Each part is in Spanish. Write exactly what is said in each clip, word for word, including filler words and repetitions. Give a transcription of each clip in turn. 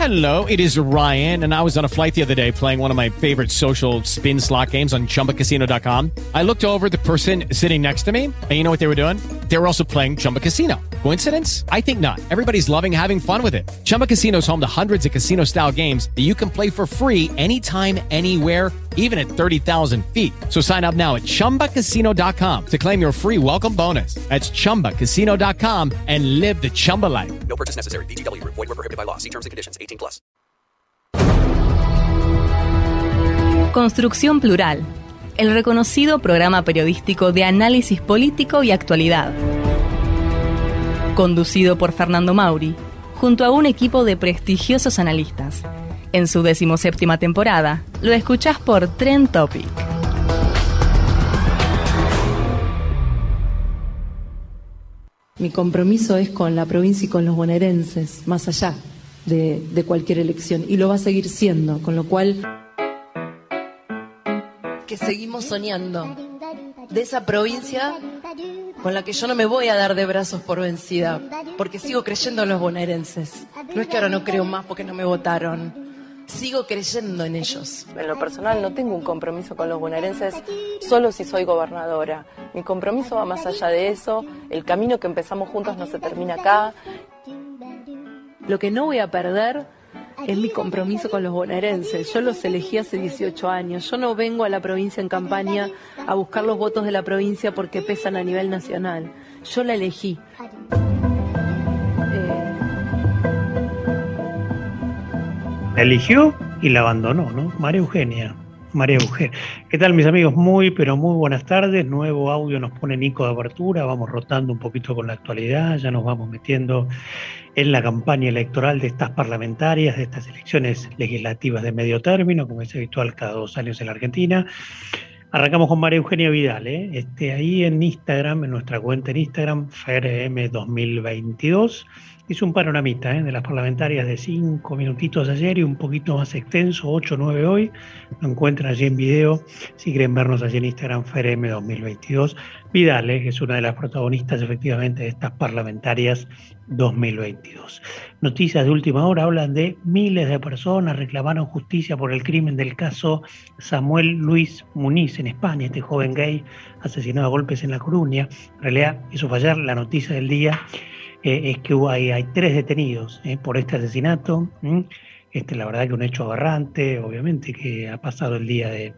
Hello, it is Ryan, and I was on a flight the other day playing one of my favorite social spin slot games on Chumba Casino dot com. I looked over at the person sitting next to me, and you know what they were doing? They were also playing Chumba Casino. Coincidence? I think not. Everybody's loving having fun with it. Chumba Casino is home to hundreds of casino-style games that you can play for free anytime, anywhere, even at thirty thousand feet. So sign up now at Chumba Casino dot com to claim your free welcome bonus. That's Chumba Casino dot com and live the Chumba life. No purchase necessary. V G W. Void where prohibited by law. See terms and conditions. eighteen plus. Construcción Plural, el reconocido programa periodístico de análisis político y actualidad. Conducido por Fernando Mauri, junto a un equipo de prestigiosos analistas. En su decimoséptima temporada, lo escuchás por Trend Topic. Mi compromiso es con la provincia y con los bonaerenses, más allá de, de cualquier elección, y lo va a seguir siendo, con lo cual que seguimos soñando de esa provincia con la que yo no me voy a dar de brazos por vencida, porque sigo creyendo en los bonaerenses. No es que ahora no creo más porque no me votaron, sigo creyendo en ellos. En lo personal no tengo un compromiso con los bonaerenses solo si soy gobernadora. Mi compromiso va más allá de eso, el camino que empezamos juntos no se termina acá. Lo que no voy a perder es mi compromiso con los bonaerenses. Yo los elegí hace dieciocho años. Yo no vengo a la provincia en campaña a buscar los votos de la provincia porque pesan a nivel nacional. Yo la elegí. La eligió y la abandonó, ¿no? María Eugenia. María Eugenia. ¿Qué tal, mis amigos? Muy, pero muy buenas tardes. Nuevo audio nos pone Nico de apertura. Vamos rotando un poquito con la actualidad. Ya nos vamos metiendo en la campaña electoral de estas parlamentarias, de estas elecciones legislativas de medio término, como es habitual cada dos años en la Argentina. Arrancamos con María Eugenia Vidal, ¿eh? Este, ahí en Instagram, en nuestra cuenta en Instagram, F E R M dos mil veintidós. Hizo un panoramita ¿eh? de las parlamentarias de cinco minutitos ayer y un poquito más extenso, ocho o nueve hoy. Lo encuentran allí en video, si quieren vernos allí en Instagram, F E R M dos mil veintidós. Vidal, ¿eh? que es una de las protagonistas efectivamente de estas parlamentarias dos mil veintidós. Noticias de última hora hablan de miles de personas reclamaron justicia por el crimen del caso Samuel Luis Muniz en España, este joven gay asesinado a golpes en La Coruña. En realidad, eso fue ayer, la noticia del día. Eh, es que hay, hay tres detenidos eh, por este asesinato. ¿Mm? Este, la verdad que un hecho aberrante, obviamente, que ha pasado el día de,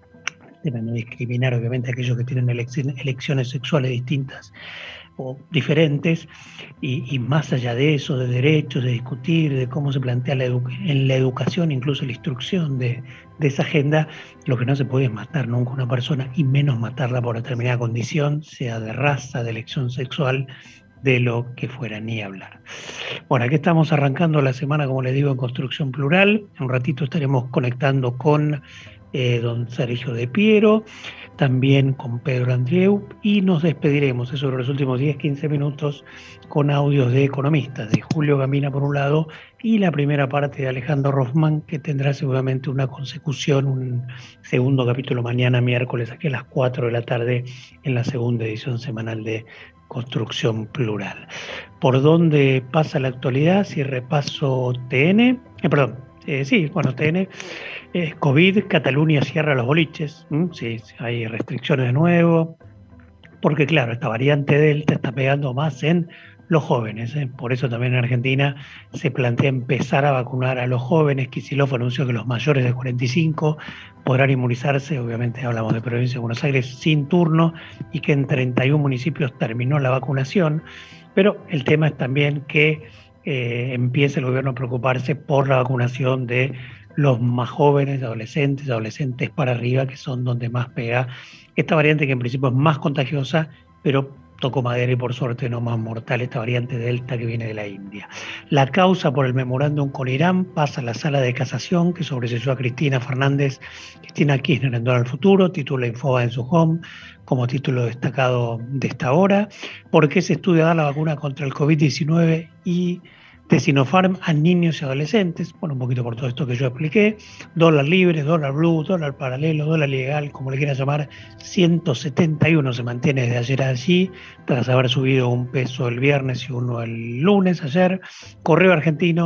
de no discriminar, obviamente, a aquellos que tienen elecciones, elecciones sexuales distintas o diferentes, y, y más allá de eso, de derechos, de discutir, de cómo se plantea la edu- en la educación, incluso la instrucción de, de esa agenda, lo que no se puede es matar nunca a una persona, y menos matarla por determinada condición, sea de raza, de elección sexual, de lo que fuera, ni hablar. Bueno, aquí estamos arrancando la semana, como les digo, en Construcción Plural. En un ratito estaremos conectando con eh, don Sergio de Piero, también con Pedro Andreu, y nos despediremos, eso, los últimos diez a quince minutos, con audios de economistas, de Julio Gamina por un lado, y la primera parte de Alejandro Rothman, que tendrá seguramente una consecución, un segundo capítulo mañana, miércoles, aquí a las cuatro de la tarde, en la segunda edición semanal de Construcción Plural. ¿Por dónde pasa la actualidad? Si repaso T N, eh, perdón, eh, sí, bueno, T N, eh, COVID, Cataluña cierra los boliches, ¿Mm? sí, hay restricciones de nuevo, porque claro, esta variante Delta está pegando más en los jóvenes, ¿eh? Por eso también en Argentina se plantea empezar a vacunar a los jóvenes. Kicillof anunció que los mayores de cuarenta y cinco podrán inmunizarse, obviamente hablamos de provincia de Buenos Aires, sin turno, y que en treinta y uno municipios terminó la vacunación, pero el tema es también que eh, empiece el gobierno a preocuparse por la vacunación de los más jóvenes, adolescentes, adolescentes para arriba, que son donde más pega esta variante, que en principio es más contagiosa, pero tocó madera y por suerte no más mortal, esta variante Delta que viene de la India. La causa por el memorándum con Irán pasa a la sala de casación que sobreseyó a Cristina Fernández, Cristina Kirchner en Dólar al Futuro, titula Infobae en su home, como título destacado de esta hora. ¿Por qué se estudia dar la vacuna contra el COVID diecinueve y de Sinopharm a niños y adolescentes? Bueno, un poquito por todo esto que yo expliqué. Dólar libre, dólar blue, dólar paralelo, dólar legal, como le quieran llamar, ciento setenta y uno se mantiene desde ayer allí, tras haber subido un peso el viernes y uno el lunes ayer. Correo argentino,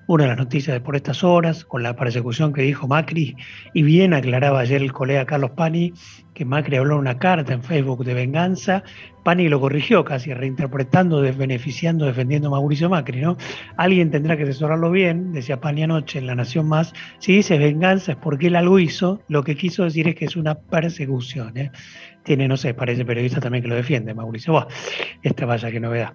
una de las noticias de por estas horas, con la persecución que dijo Macri, y bien aclaraba ayer el colega Carlos Pani, que Macri habló en una carta en Facebook de venganza. Pani lo corrigió casi, reinterpretando, beneficiando, defendiendo a Mauricio Macri, ¿no? Alguien tendrá que asesorarlo bien, decía Pani anoche en La Nación Más. Si dice venganza es porque él algo hizo, lo que quiso decir es que es una persecución, ¿eh? Tiene, no sé, parece periodista también que lo defiende, Mauricio. Buah, esta vaya que novedad.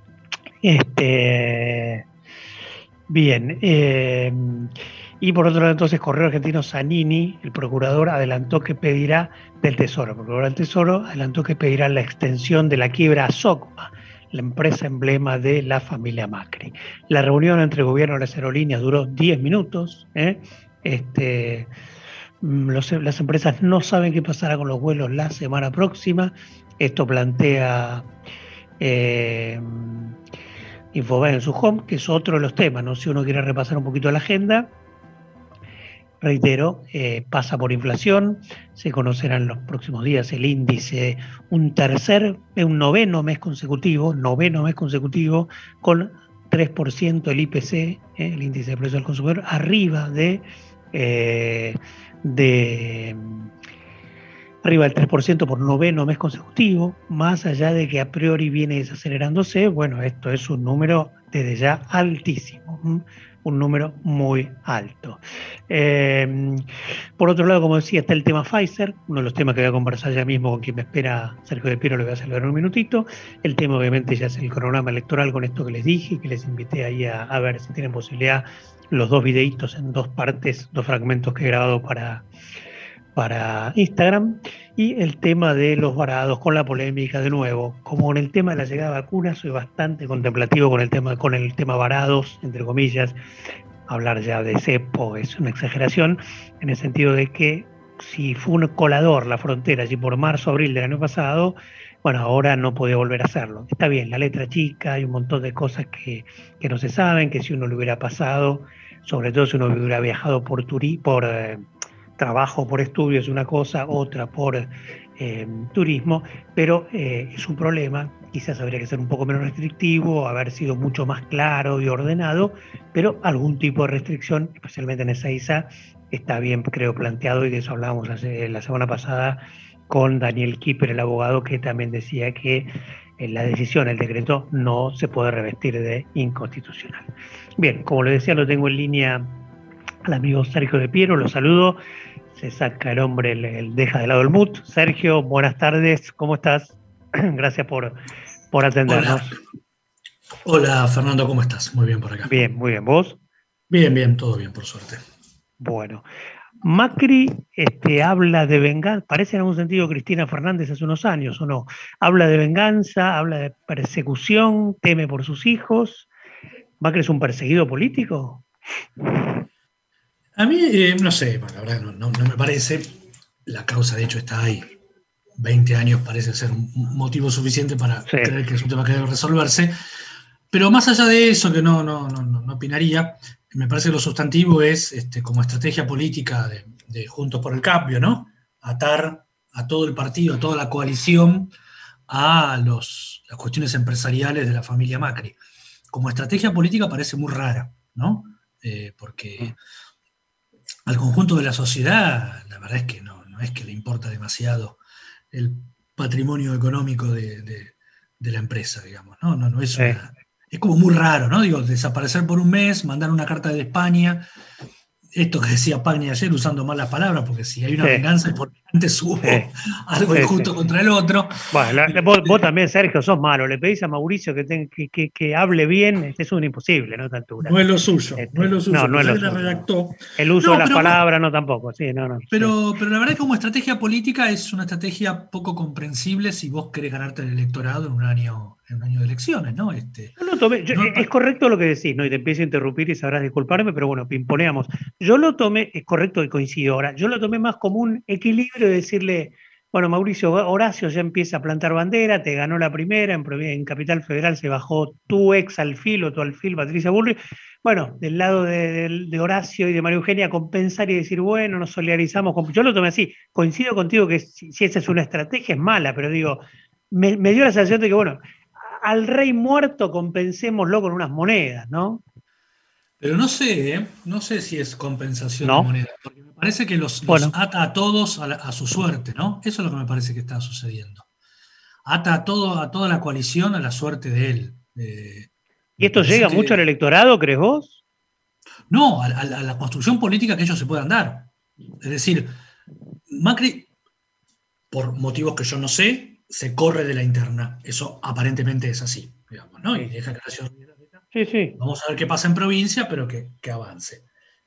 Este, bien, eh, y por otro lado, entonces, Correo Argentino Zanini, el procurador, adelantó que pedirá del Tesoro, el procurador del Tesoro adelantó que pedirá la extensión de la quiebra a Socma, la empresa emblema de la familia Macri. La reunión entre el gobierno y las aerolíneas duró diez minutos, ¿eh? Este, los, las empresas no saben qué pasará con los vuelos la semana próxima. Esto plantea eh, Infobae en su home, que es otro de los temas, ¿no? Si uno quiere repasar un poquito la agenda, reitero, eh, pasa por inflación, se conocerá en los próximos días el índice, un tercer, un noveno mes consecutivo, noveno mes consecutivo, con tres por ciento el I P C, eh, el índice de precios del consumidor, arriba de, eh, de arriba del tres por ciento por noveno mes consecutivo, más allá de que a priori viene desacelerándose. Bueno, esto es un número desde ya altísimo, ¿m? un número muy alto. Eh, por otro lado, como decía, está el tema Pfizer, uno de los temas que voy a conversar ya mismo con quien me espera, Sergio de Piero, lo voy a saludar en un minutito. El tema obviamente ya es el cronograma electoral con esto que les dije, que les invité ahí a, a ver si tienen posibilidad los dos videitos en dos partes, dos fragmentos que he grabado para... para Instagram, y el tema de los varados con la polémica de nuevo. Como en el tema de la llegada de vacunas, soy bastante contemplativo con el tema, con el tema varados, entre comillas. Hablar ya de cepo es una exageración, en el sentido de que si fue un colador la frontera, si por marzo, abril del año pasado, bueno, ahora no puede volver a hacerlo. Está bien, la letra chica, hay un montón de cosas que, que no se saben, que si uno lo hubiera pasado, sobre todo si uno hubiera viajado por turi por eh, trabajo, por estudio es una cosa, otra por eh, turismo, pero eh, es un problema. Quizás habría que ser un poco menos restrictivo, haber sido mucho más claro y ordenado, pero algún tipo de restricción, especialmente en esa I S A, está bien, creo, planteado, y de eso hablábamos hace, la semana pasada con Daniel Kipper, el abogado, que también decía que eh, la decisión, el decreto, no se puede revestir de inconstitucional. Bien, como le decía, lo tengo en línea al amigo Sergio de Piero, lo saludo. Se saca el hombre, el, el deja de lado el mute. Sergio, buenas tardes, ¿cómo estás? Gracias por, por atendernos. Hola. Hola, Fernando, ¿cómo estás? Muy bien por acá. Bien, muy bien, ¿vos? Bien, bien, todo bien, por suerte. Bueno, Macri este, habla de venganza, parece en algún sentido Cristina Fernández hace unos años, ¿o no? Habla de venganza, habla de persecución, teme por sus hijos. ¿Macri es un perseguido político? A mí, eh, no sé, la verdad no, no, no me parece. La causa, de hecho, está ahí. veinte años parece ser un motivo suficiente para sí. creer que es un tema que debe resolverse. Pero más allá de eso, que no, no, no, no opinaría, me parece que lo sustantivo es, este, como estrategia política de, de Juntos por el Cambio, ¿no? Atar a todo el partido, a toda la coalición, a los, las cuestiones empresariales de la familia Macri. Como estrategia política parece muy rara, ¿no? Eh, porque al conjunto de la sociedad, la verdad es que no, no es que le importa demasiado el patrimonio económico de, de, de la empresa, digamos, ¿no? No, no es una, eh. es como muy raro, ¿no? Digo, desaparecer por un mes, mandar una carta de España, esto que decía Pagni ayer usando malas palabras, porque si hay una sí. venganza es porque antes hubo sí. algo sí, injusto sí. contra el otro. Bueno, la, vos, vos también, Sergio, sos malo. Le pedís a Mauricio que, ten, que, que, que hable bien, este es un imposible, ¿no? Altura. No es lo suyo, este, no es lo suyo. No, no es lo suyo. Redactó. El uso no, de las palabras no tampoco, sí, no, no. Pero, sí. pero la verdad es que como estrategia política es una estrategia poco comprensible si vos querés ganarte el electorado en un año, en un año de elecciones, ¿no? Este, yo lo tomé, yo, no, es correcto lo que decís, ¿no? Y te empiezo a interrumpir y sabrás disculparme, pero bueno, pimponeamos. Yo lo tomé, es correcto y coincido ahora, yo lo tomé más como un equilibrio de decirle, bueno, Mauricio, Horacio ya empieza a plantar bandera, te ganó la primera, en, en Capital Federal se bajó tu ex alfil o tu alfil, Patricia Bullrich. Bueno, del lado de, de, de Horacio y de María Eugenia, compensar y decir, bueno, nos solidarizamos. Con... Yo lo tomé así, coincido contigo que si, si esa es una estrategia es mala, pero digo, me, me dio la sensación de que, bueno, al rey muerto compensémoslo con unas monedas, ¿no? Pero no sé, ¿eh? No sé si es compensación ¿No? de moneda, porque me parece que los, Bueno. los ata a todos a, la- a su suerte, ¿no? Eso es lo que me parece que está sucediendo. Ata a, todo, a toda la coalición a la suerte de él. Eh, ¿Y me esto parece llega que, mucho al electorado, crees vos? no, a, a la a la construcción política que ellos se puedan dar. Es decir, Macri, por motivos que yo no sé, se corre de la interna. Eso aparentemente es así, digamos, ¿no? Y deja que la ciudad... Sí, sí. Vamos a ver qué pasa en provincia, pero que, que avance.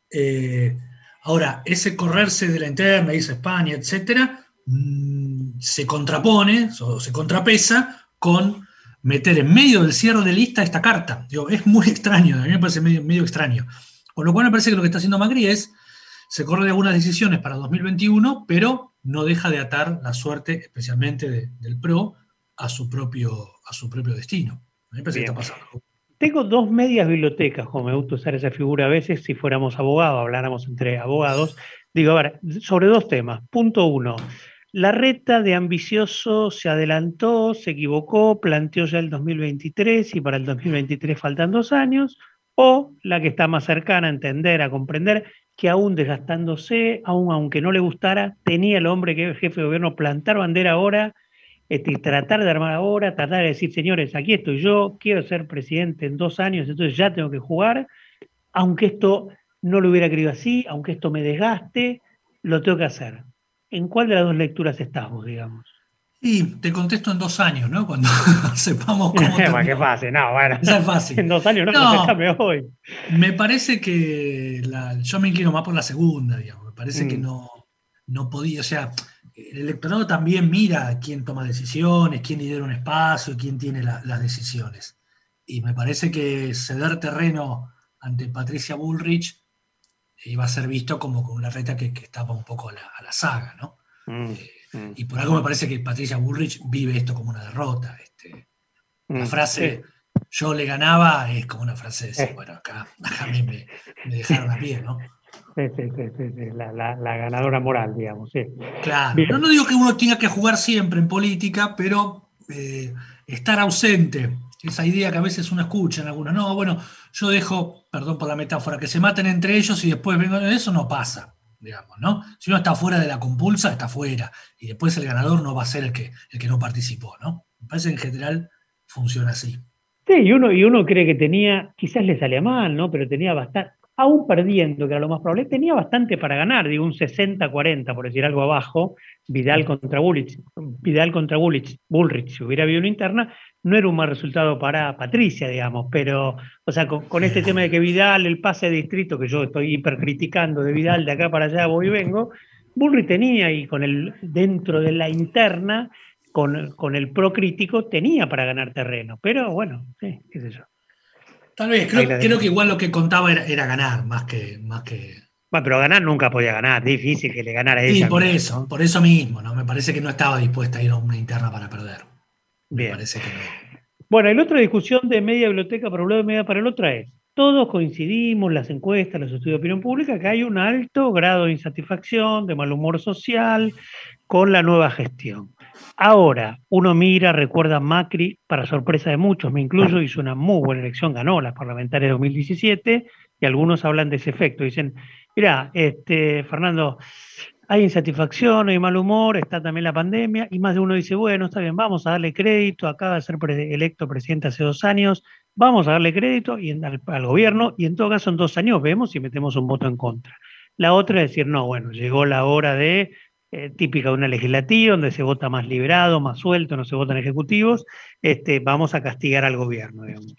Eh, ahora, ese correrse de la interna, irse a España, etcétera, mmm, se contrapone, o se contrapesa con meter en medio del cierre de lista esta carta. Digo, es muy extraño, a mí me parece medio, medio extraño. Con lo cual me parece que lo que está haciendo Macri es, se corre de algunas decisiones para dos mil veintiuno, pero no deja de atar la suerte, especialmente de, del P R O, a su propio, a su propio destino. A mí me parece Bien. que está pasando. Tengo dos medias bibliotecas, como me gusta usar esa figura a veces, si fuéramos abogados, habláramos entre abogados. Digo, a ver, sobre dos temas. Punto uno, la reta de ambicioso se adelantó, se equivocó, planteó ya el dos mil veintitrés y para el dos mil veintitrés faltan dos años, o la que está más cercana a entender, a comprender, que aún desgastándose, aún aunque no le gustara, tenía el hombre que es jefe de gobierno plantar bandera ahora, este, tratar de armar ahora, tratar de decir, señores, aquí estoy yo, quiero ser presidente en dos años, entonces ya tengo que jugar, aunque esto no lo hubiera querido así, aunque esto me desgaste, lo tengo que hacer. ¿En cuál de las dos lecturas estás vos, digamos? Y te contesto en dos años, ¿no? Cuando sepamos cómo termina. ¿Qué pase? No, bueno. Esa es fácil. En dos años no, No, contestame hoy. me parece que la, yo me inclino más por la segunda, digamos. Me parece Mm. que no, no podía, o sea, el electorado también mira quién toma decisiones, quién lidera un espacio, quién tiene la- las decisiones. Y me parece que ceder terreno ante Patricia Bullrich iba a ser visto como con una reta que, que estaba un poco a la, a la saga, ¿no? Mm, Eh, mm, y por algo me parece que Patricia Bullrich vive esto como una derrota. Este, la mm. frase Sí. yo le ganaba es como una frase de decir, Eh. bueno, acá, acá me, me- me dejaron a pie, ¿no? Sí, sí, sí, sí, sí, La, la- la ganadora moral, digamos, sí. Claro, Bien. no, no digo que uno tenga que jugar siempre en política, pero eh, estar ausente, esa idea que a veces uno escucha en algunos, no, bueno, yo dejo, perdón por la metáfora, que se maten entre ellos y después vengo, eso no pasa, digamos, ¿no? Si uno está fuera de la compulsa, está fuera, y después el ganador no va a ser el que, el que no participó, ¿no? Me parece que en general funciona así. Sí, y uno, y uno cree que tenía, quizás le salía mal, ¿no? Pero tenía bastante, aún perdiendo, que era lo más probable, tenía bastante para ganar, digo, un sesenta cuarenta, por decir algo abajo, Vidal contra Bullrich, Vidal contra Bullrich, Bullrich, si hubiera habido una interna, no era un mal resultado para Patricia, digamos, pero, o sea, con, con este tema de que Vidal, el pase de distrito, que yo estoy hipercriticando de Vidal, de acá para allá voy y vengo, Bullrich tenía, y con el, dentro de la interna, con, con el pro crítico tenía para ganar terreno, pero bueno, sí, qué sé yo. Tal vez, creo, creo que igual lo que contaba era, era ganar, más que, más que... Bueno, pero ganar nunca podía ganar, difícil que le ganara a Sí, ella. por misma, eso, ¿no? por eso mismo, ¿no? Me parece que no estaba dispuesta a ir a una interna para perder. Me Bien. parece que no. Bueno, y la otra discusión de media biblioteca para un lado y media para el otro es, todos coincidimos, las encuestas, los estudios de opinión pública, que hay un alto grado de insatisfacción, de mal humor social con la nueva gestión. Ahora, uno mira, recuerda Macri, para sorpresa de muchos, me incluyo, hizo una muy buena elección, ganó las parlamentarias de dos mil diecisiete, y algunos hablan de ese efecto. Dicen, mira, este, Fernando, hay insatisfacción, hay mal humor, está también la pandemia, y más de uno dice, bueno, está bien, vamos a darle crédito, acaba de ser pre electo presidente hace dos años, vamos a darle crédito y en, al, al gobierno, y en todo caso en dos años vemos si metemos un voto en contra. La otra es decir, no, bueno, llegó la hora de, eh, típica de una legislativa, donde se vota más liberado, más suelto, no se votan ejecutivos, este, vamos a castigar al gobierno, digamos.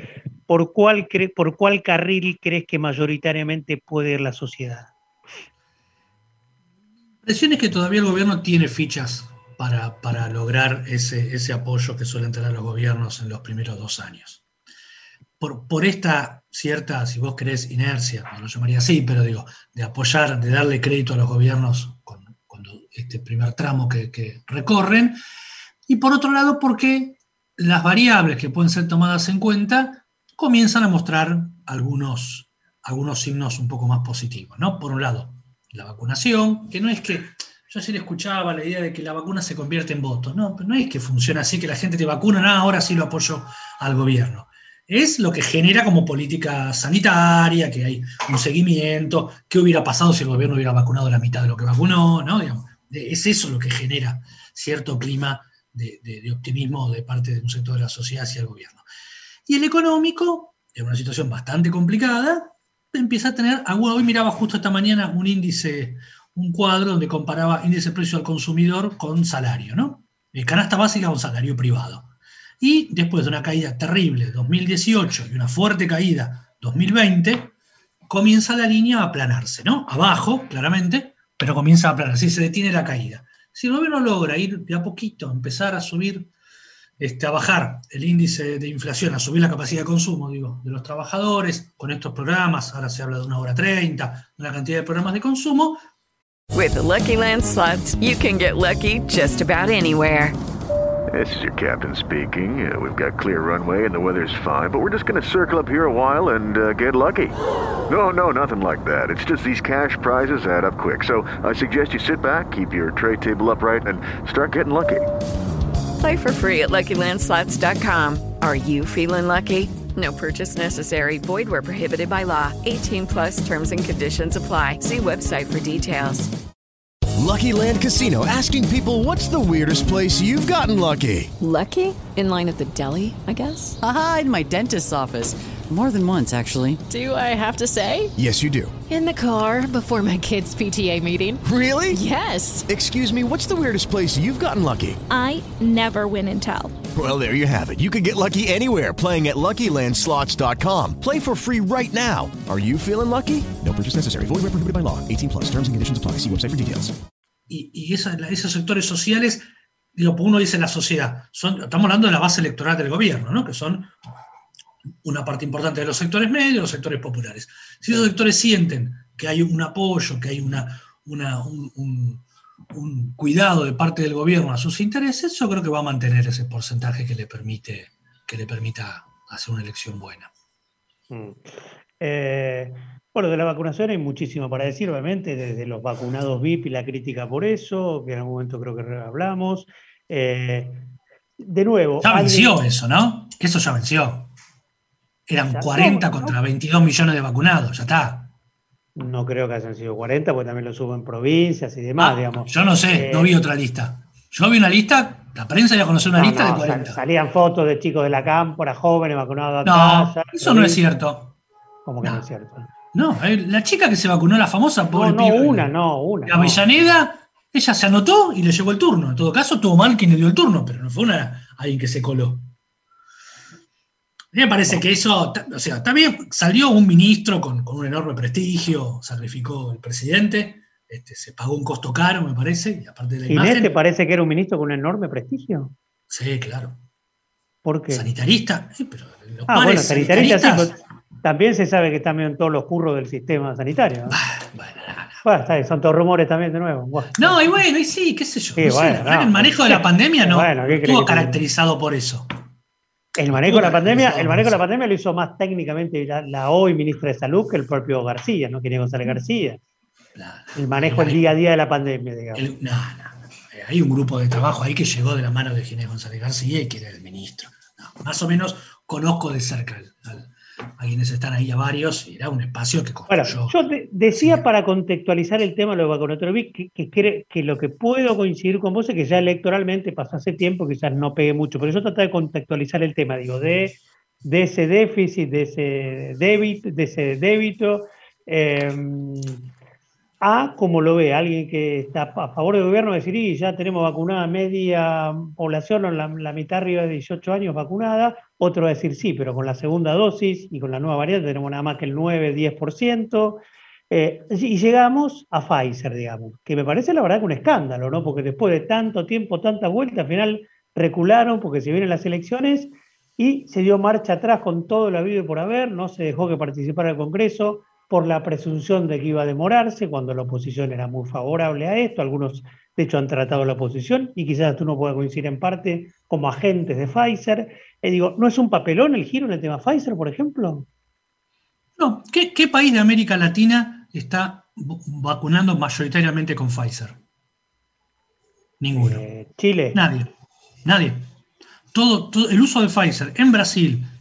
¿Por cuál, cre ¿Por cuál carril crees que mayoritariamente puede ir la sociedad? La impresión es que todavía el gobierno tiene fichas para, para lograr ese, ese apoyo que suelen tener los gobiernos en los primeros dos años. Por, por esta cierta, si vos querés, inercia, no lo llamaría así, pero digo, de apoyar, de darle crédito a los gobiernos con, con este primer tramo que, que recorren, y por otro lado porque las variables que pueden ser tomadas en cuenta comienzan a mostrar algunos, algunos signos un poco más positivos, ¿no? Por un lado, la vacunación, que no es que, yo ayer escuchaba la idea de que la vacuna se convierte en votos, no, pero no es que funciona así, que la gente te vacuna, no, ahora sí lo apoyo al gobierno. es lo que genera como política sanitaria, que hay un seguimiento, qué hubiera pasado si el gobierno hubiera vacunado la mitad de lo que vacunó, ¿no? Digamos, es eso lo que genera cierto clima de, de, de optimismo de parte de un sector de la sociedad hacia el gobierno. Y el económico, en una situación bastante complicada, empieza a tener, hoy miraba justo esta mañana un índice, un cuadro donde comparaba índice de precio al consumidor con salario, ¿no? Eh, canasta básica con salario privado. Y después de una caída terrible dos mil dieciocho y una fuerte caída dos mil veinte, comienza la línea a aplanarse, ¿no? Abajo, claramente, pero comienza a aplanarse y se detiene la caída. Si el gobierno logra ir de a poquito, empezar a subir, este, a bajar el índice de inflación, a subir la capacidad de consumo, digo, de los trabajadores, con estos programas, ahora se habla de una hora treinta, una cantidad de programas de consumo. With the Lucky Land Slots, you can get lucky just about anywhere. This is your captain speaking. Uh, we've got clear runway and the weather's fine, but we're just going to circle up here a while and uh, get lucky. No, no, nothing like that. It's just these cash prizes add up quick. So I suggest you sit back, keep your tray table upright, and start getting lucky. Play for free at Lucky Land Slots dot com. Are you feeling lucky? No purchase necessary. Void where prohibited by law. eighteen plus terms and conditions apply. See website for details. Lucky Land Casino, asking people, what's the weirdest place you've gotten lucky? Lucky? In line at the deli, I guess? Aha, in my dentist's office. More than once, actually. Do I have to say? Yes, you do. In the car before my kids' P T A meeting. Really? Yes. Excuse me, what's the weirdest place you've gotten lucky? I never win and tell. Well, there you have it. You can get lucky anywhere, playing at Lucky Land Slots dot com. Play for free right now. Are you feeling lucky? No purchase necessary. Void where prohibited by law. eighteen plus. Terms and conditions apply. See website for details. Y, y esa, esos sectores sociales, digo, uno dice la sociedad, son, estamos hablando de la base electoral del gobierno, ¿no? Que son una parte importante de los sectores medios, los sectores populares. Si esos sectores sienten que hay un apoyo, que hay una, una, un, un, un cuidado de parte del gobierno a sus intereses, yo creo que va a mantener ese porcentaje que le permite, que le permita hacer una elección buena. Mm. Eh... Bueno, de la vacunación hay muchísimo para decir, obviamente, desde los vacunados V I P y la crítica por eso, que en algún momento creo que hablamos. Eh, de nuevo... Ya venció alguien... eso, ¿no? Eso ya venció. Eran ¿Ya? cuarenta No, contra no. veintidós millones de vacunados, ya está. No creo que hayan sido cuarenta, porque también lo subo en provincias y demás, Ah, digamos. yo no sé, Eh, no vi otra lista. Yo vi una lista, la prensa ya conoció una no, lista no, de cuarenta. Salían fotos de chicos de la cámpora, jóvenes, vacunados acá. No, allá, eso no es provincias. cierto. ¿Cómo que no, No. no es cierto? No, eh, la chica que se vacunó, la famosa, pobre No, no, piba, una, no, una. de no. Avellaneda, ella se anotó y le llegó el turno. En todo caso, tuvo mal quien le dio el turno, pero no fue una, alguien que se coló. A mí me parece que eso, o sea, también salió un ministro con, con un enorme prestigio, sacrificó el presidente, este, se pagó un costo caro, me parece, y aparte de la ¿Inés imagen. te parece que era un ministro con un enorme prestigio? Sí, claro. ¿Por qué? Sanitarista, sí, pero los Ah, pares bueno, sanitarista sí, sanitaristas. pues, también se sabe que están medio en todos los curros del sistema sanitario, ¿no? Ah, bueno, no, no. Bueno, está bien, son todos rumores también de nuevo. Bueno. No, y bueno, y sí, qué sé yo. Sí, no sé, bueno, la verdad no. que el manejo de la pandemia no Bueno, ¿qué crees estuvo que te- caracterizado por eso. El manejo de la pandemia, Estuvo el manejo de la caracterizado pandemia lo hizo más técnicamente la, la hoy ministra de Salud que el propio García, ¿no? Quien es González García. La- El manejo el día a día de la pandemia, digamos. el- no, no, no. Eh, Hay un grupo de trabajo ahí que llegó de la mano de Ginés González García y que era el ministro. No, más o menos conozco de cerca al- al- a quienes están ahí, a varios, y era un espacio que Bueno, construyó. yo te- decía Sí. para contextualizar el tema de los vacunatorio que, que, que, que lo que puedo coincidir con vos es que ya electoralmente pasó hace tiempo, quizás no pegue mucho, pero yo traté de contextualizar el tema, digo, de, de ese déficit, de ese débito, de ese débito, eh, a como lo ve alguien que está a favor del gobierno, decir, y ya tenemos vacunada media población, o la, la mitad arriba de dieciocho años vacunada, otro va a decir sí, pero con la segunda dosis y con la nueva variante tenemos nada más que el nueve, diez por ciento, eh, y llegamos a Pfizer, digamos, que me parece la verdad que un escándalo, ¿no? Porque después de tanto tiempo, tantas vueltas, al final recularon porque se vienen las elecciones y se dio marcha atrás con todo lo habido y por haber, no se dejó que participara el Congreso por la presunción de que iba a demorarse, cuando la oposición era muy favorable a esto. Algunos, de hecho, han tratado la oposición, y quizás tú no puedas coincidir en parte como agentes de Pfizer. Eh, digo, ¿no es un papelón el giro en el tema Pfizer, por ejemplo? No, ¿qué, qué país de América Latina está vacunando mayoritariamente con Pfizer? Ninguno. Eh, Chile. Nadie. Nadie. Todo, todo, el uso de Pfizer en Brasil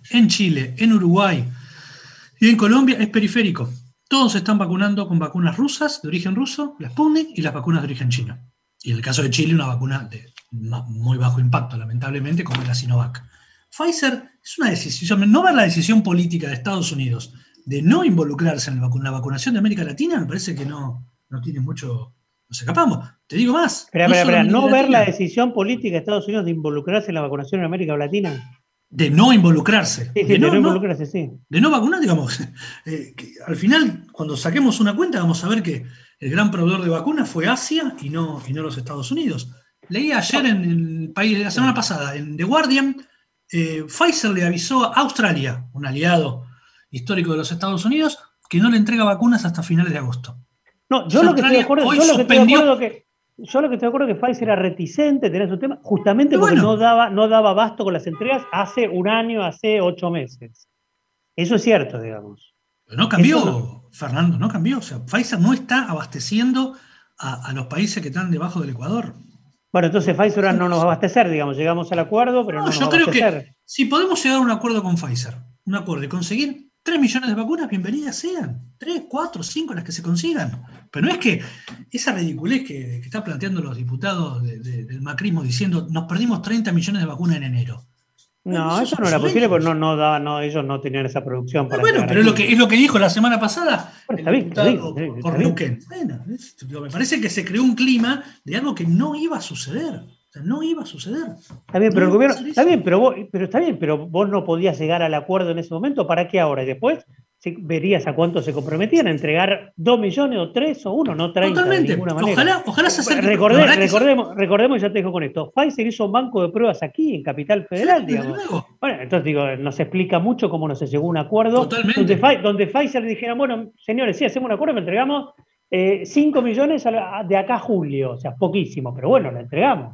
en Chile, en Uruguay y en Colombia es periférico. Todos se están vacunando con vacunas rusas, de origen ruso, la Sputnik y las vacunas de origen chino. Y en el caso de Chile, una vacuna de muy bajo impacto, lamentablemente, como es la Sinovac. Pfizer es una decisión, no ver la decisión política de Estados Unidos de no involucrarse en la vacunación de América Latina, me parece que no, no tiene mucho, nos escapamos. Te digo más. Espera, espera, espera, ¿no ver la decisión política de Estados Unidos de involucrarse en la vacunación en América Latina? De no involucrarse. Sí, sí, de, de no, no involucrarse, no, sí. De no vacunar, digamos. Eh, que al final, cuando saquemos una cuenta, vamos a ver que el gran proveedor de vacunas fue Asia y no, y no los Estados Unidos. Leí ayer en el país, la semana pasada, en The Guardian, eh, Pfizer le avisó a Australia, un aliado histórico de los Estados Unidos, que no le entrega vacunas hasta finales de agosto. No, yo lo que estoy de acuerdo, yo lo que estoy de acuerdo que yo lo que estoy de acuerdo es que Pfizer era reticente, tenía su tema, justamente porque bueno, no daba, no daba abasto con las entregas hace un año, hace ocho meses. Eso es cierto, digamos. Pero no cambió, no. Fernando, no cambió. O sea, Pfizer no está abasteciendo a, a los países que están debajo del Ecuador. Bueno, entonces Pfizer ahora no nos va a abastecer, digamos, llegamos al acuerdo, pero no, no nos yo va a abastecer. Yo creo que si podemos llegar a un acuerdo con Pfizer, un acuerdo y conseguir tres millones de vacunas, bienvenidas sean. tres, cuatro, cinco, las que se consigan. Pero no es que esa ridiculez que, que están planteando los diputados de, de, del macrismo diciendo nos perdimos treinta millones de vacunas en enero. No, bueno, eso no era posible porque no, no daba, no, ellos no tenían esa producción para. Bueno, pero es lo, que, es lo que dijo la semana pasada bueno, está bien, está bien, está bien, por Neuquén. Bueno, es, me parece que se creó un clima de algo que no iba a suceder. O sea, no iba a suceder. Está bien, pero no el gobierno, está bien, pero vos, pero está bien, pero vos no podías llegar al acuerdo en ese momento, ¿para qué ahora? Y después si verías a cuánto se comprometían, a entregar dos millones o tres o uno, no treinta. Totalmente. De ninguna manera. Ojalá, ojalá se acerque. Recordé, recordemos, recordemos, y ya te dejo con esto, Pfizer hizo un banco de pruebas aquí, en Capital Federal, sí, digamos. Bueno, entonces digo, nos explica mucho cómo no se llegó a un acuerdo. Totalmente. Donde, donde Pfizer le dijera, bueno, señores, sí, hacemos un acuerdo, me entregamos eh, cinco millones de acá a julio, o sea, poquísimo, pero bueno, la entregamos.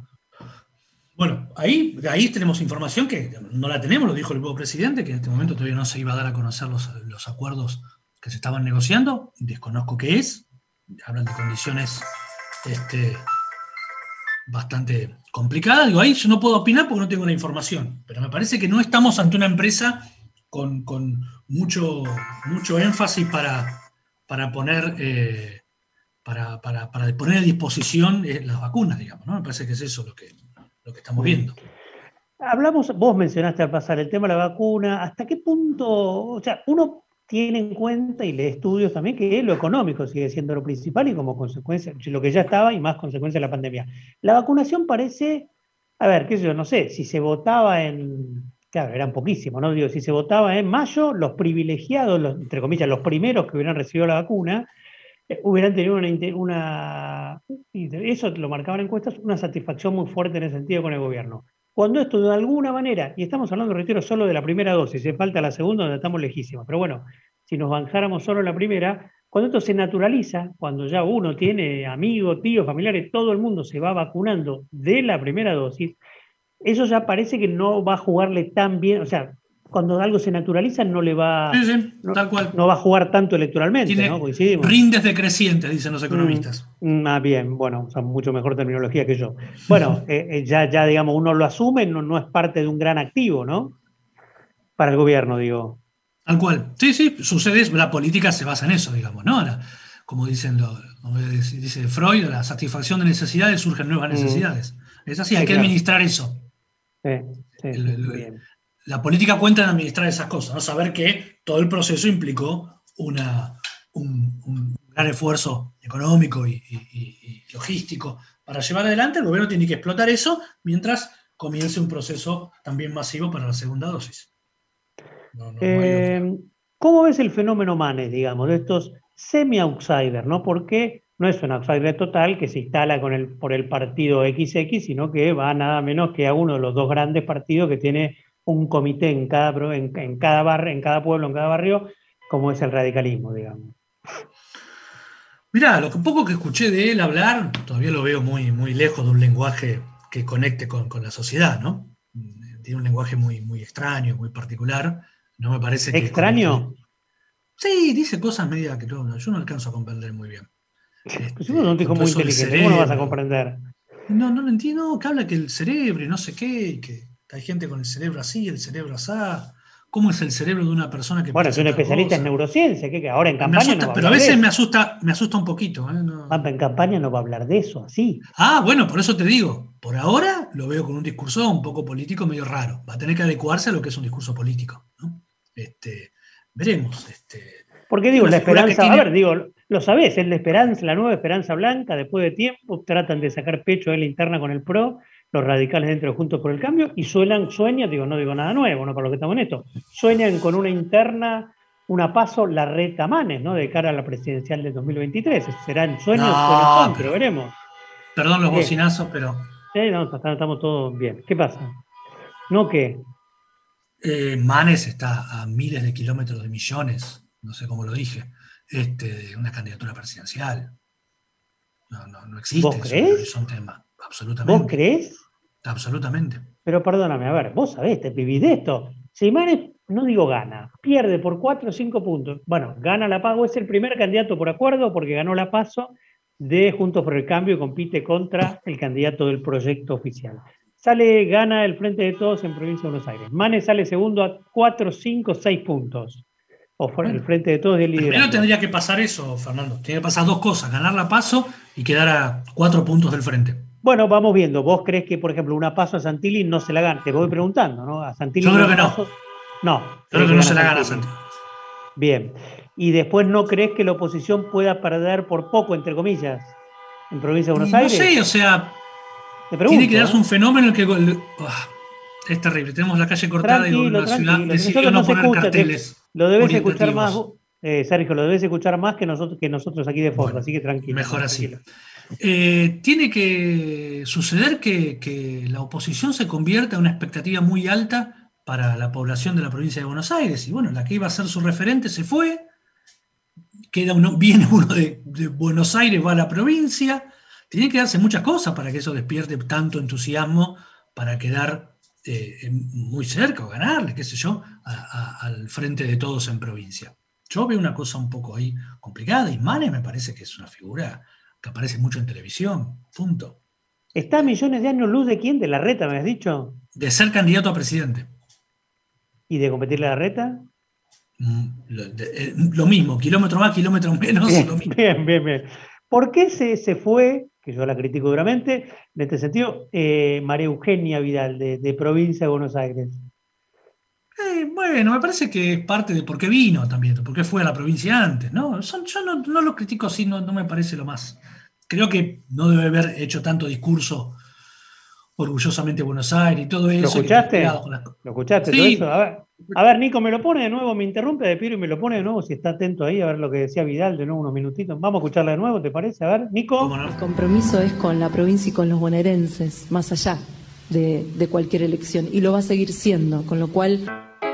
Bueno, ahí, ahí tenemos información que no la tenemos, lo dijo el nuevo presidente, que en este momento todavía no se iba a dar a conocer los, los acuerdos que se estaban negociando, desconozco qué es, hablan de condiciones este, bastante complicadas, digo, ahí yo no puedo opinar porque no tengo la información, pero me parece que no estamos ante una empresa con, con mucho, mucho énfasis para, para poner... Eh, para, para, para poner a disposición eh, las vacunas, digamos, ¿no? Me parece que es eso lo que... lo que estamos viendo. Hablamos, vos mencionaste al pasar el tema de la vacuna, ¿hasta qué punto, o sea, uno tiene en cuenta y lee estudios también que lo económico sigue siendo lo principal y como consecuencia, lo que ya estaba y más consecuencia de la pandemia? La vacunación parece, a ver, qué sé yo, no sé, si se votaba en, claro, eran poquísimos, ¿no? Digo, si se votaba en mayo, los privilegiados, los, entre comillas, los primeros que hubieran recibido la vacuna, hubieran tenido una, una, y eso lo marcaban encuestas, una satisfacción muy fuerte en ese sentido con el gobierno. Cuando esto de alguna manera, y estamos hablando, reitero, solo de la primera dosis, se falta la segunda donde estamos lejísimos, pero bueno, si nos banjáramos solo la primera, cuando esto se naturaliza, cuando ya uno tiene amigos, tíos, familiares, todo el mundo se va vacunando de la primera dosis, eso ya parece que no va a jugarle tan bien, o sea, cuando algo se naturaliza no le va, sí, sí, no, tal cual. no va a jugar tanto electoralmente, Tiene ¿no? Coincidimos. Rindes decrecientes, dicen los economistas. Mm, ah, bien, bueno, o sea, mucho mejor terminología que yo. Bueno, eh, ya, ya, digamos, uno lo asume, no, no es parte de un gran activo, ¿no? Para el gobierno, digo. Tal cual. Sí, sí, sucede, la política se basa en eso, digamos, ¿no? La, como dicen lo, como dice Freud, la satisfacción de necesidades surgen nuevas necesidades. Mm. Es así, sí, hay que claro. administrar eso. Sí, sí, el, el, bien. La política cuenta en administrar esas cosas, ¿no? Saber que todo el proceso implicó una, un, un gran esfuerzo económico y, y, y logístico para llevar adelante. El gobierno tiene que explotar eso mientras comience un proceso también masivo para la segunda dosis. No, no, eh, no ¿Cómo ves el fenómeno Manes, digamos, de estos semi-outsiders, ¿no? Porque no es un outsider total que se instala con el, por el partido equis equis, sino que va nada menos que a uno de los dos grandes partidos que tiene un comité en cada, en, en cada barrio, en cada pueblo, en cada barrio, como es el radicalismo, digamos. Mirá, lo que poco que escuché de él hablar, todavía lo veo muy, muy lejos de un lenguaje que conecte con, con la sociedad, ¿no? Tiene un lenguaje muy, muy extraño, muy particular. No me parece que... ¿Extraño? Que, sí, dice cosas medias que no, yo no alcanzo a comprender muy bien. Pues uno no es un tipo muy inteligente, ¿cómo no vas a comprender? No, no lo entiendo, que habla que el cerebro y no sé qué, que hay gente con el cerebro así, el cerebro así, cómo es el cerebro de una persona que... Bueno, es un especialista en neurociencia, que ahora en campaña asusta, no va a pero a hablar veces de me eso. asusta, me asusta un poquito. ¿eh? No. En campaña no va a hablar de eso, así. Ah, bueno, por eso te digo, por ahora lo veo con un discurso un poco político medio raro. Va a tener que adecuarse a lo que es un discurso político, ¿no? Este, veremos. Este, Porque digo, la esperanza, tiene... a ver, digo, lo sabés, es la esperanza, la nueva esperanza blanca, después de tiempo, tratan de sacar pecho de la interna con el P R O, los radicales dentro de Juntos por el Cambio, y suenan, sueñan, digo, no digo nada nuevo, no para lo que estamos en esto, sueñan con una interna, una paso, la reta Manes, ¿no? De cara a la presidencial del dos mil veintitrés. Serán sueños, no, sueños son, pero, pero veremos. Perdón los ¿Qué? bocinazos, pero... Sí, no, estamos todos bien. ¿Qué pasa? ¿No qué? Eh, Manes está a miles de kilómetros de Millones, no sé cómo lo dije, este, de una candidatura presidencial. No, no, no existe. ¿Vos crees? Es un tema. Absolutamente. ¿Vos crees? Absolutamente. Pero perdóname, a ver, vos sabés, te viví de esto. Si Manes, no digo gana, pierde por cuatro o cinco puntos. Bueno, gana la PASO, es el primer candidato por acuerdo porque ganó la PASO de Juntos por el Cambio y compite contra el candidato del proyecto oficial. Sale, gana el Frente de Todos en Provincia de Buenos Aires. Manes sale segundo a cuatro, cinco, seis puntos. O fuera el Frente de Todos del liderazgo. Primero tendría que pasar eso, Fernando. Tiene que pasar dos cosas: ganar la PASO y quedar a cuatro puntos del frente. Bueno, vamos viendo. ¿Vos crees que, por ejemplo, una PASO a Santilli no se la gana? Te voy preguntando, ¿no? A Santilli. Yo creo que no. PASO, no. Creo que no se la gana a Santilli. Bien. Y después, ¿no crees que la oposición pueda perder por poco, entre comillas, en Provincia de Buenos no Aires? No sé, o sea, Te pregunto, tiene que darse ¿eh? un fenómeno que... Oh, es terrible. Tenemos la calle cortada tranquilo, y la tranquilo. ciudad decidió no, no poner escucha, carteles. Lo debes escuchar más, eh, Sergio, lo debes escuchar más que nosotros, que nosotros aquí de fondo, bueno, así que tranquilo. Mejor así. Tranquilo. Eh, tiene que suceder que, que la oposición se convierta en una expectativa muy alta para la población de la provincia de Buenos Aires. Y bueno, la que iba a ser su referente se fue, queda uno, viene uno de, de Buenos Aires, va a la provincia. Tiene que darse muchas cosas para que eso despierte tanto entusiasmo para quedar eh, muy cerca o ganarle, qué sé yo, a, a, al Frente de Todos en provincia. Yo veo una cosa un poco ahí complicada y Manes me parece que es una figura que aparece mucho en televisión, punto. ¿Está a millones de años luz de quién? ¿De la Reta, me has dicho? De ser candidato a presidente. ¿Y de competirle a la Reta? Mm, lo, de, eh, lo mismo, kilómetro más, kilómetro menos, bien, lo mismo. Bien, bien, bien. ¿Por qué se, se fue, que yo la critico duramente, en este sentido, eh, María Eugenia Vidal, de, de Provincia de Buenos Aires? Eh, bueno, me parece que es parte de por qué vino también, por qué fue a la provincia antes, ¿no? Son, yo no, no lo critico así, no, no me parece lo más. Creo que no debe haber hecho tanto discurso orgullosamente Buenos Aires y todo eso. ¿Lo escuchaste? Las... ¿Lo escuchaste sí. todo eso? A ver, a ver, Nico, me lo pone de nuevo, me interrumpe de Piero y me lo pone de nuevo, si está atento ahí, a ver lo que decía Vidal, de nuevo unos minutitos. Vamos a escucharla de nuevo, ¿te parece? A ver, Nico. No? El compromiso es con la provincia y con los bonaerenses, más allá de, de cualquier elección, y lo va a seguir siendo, con lo cual...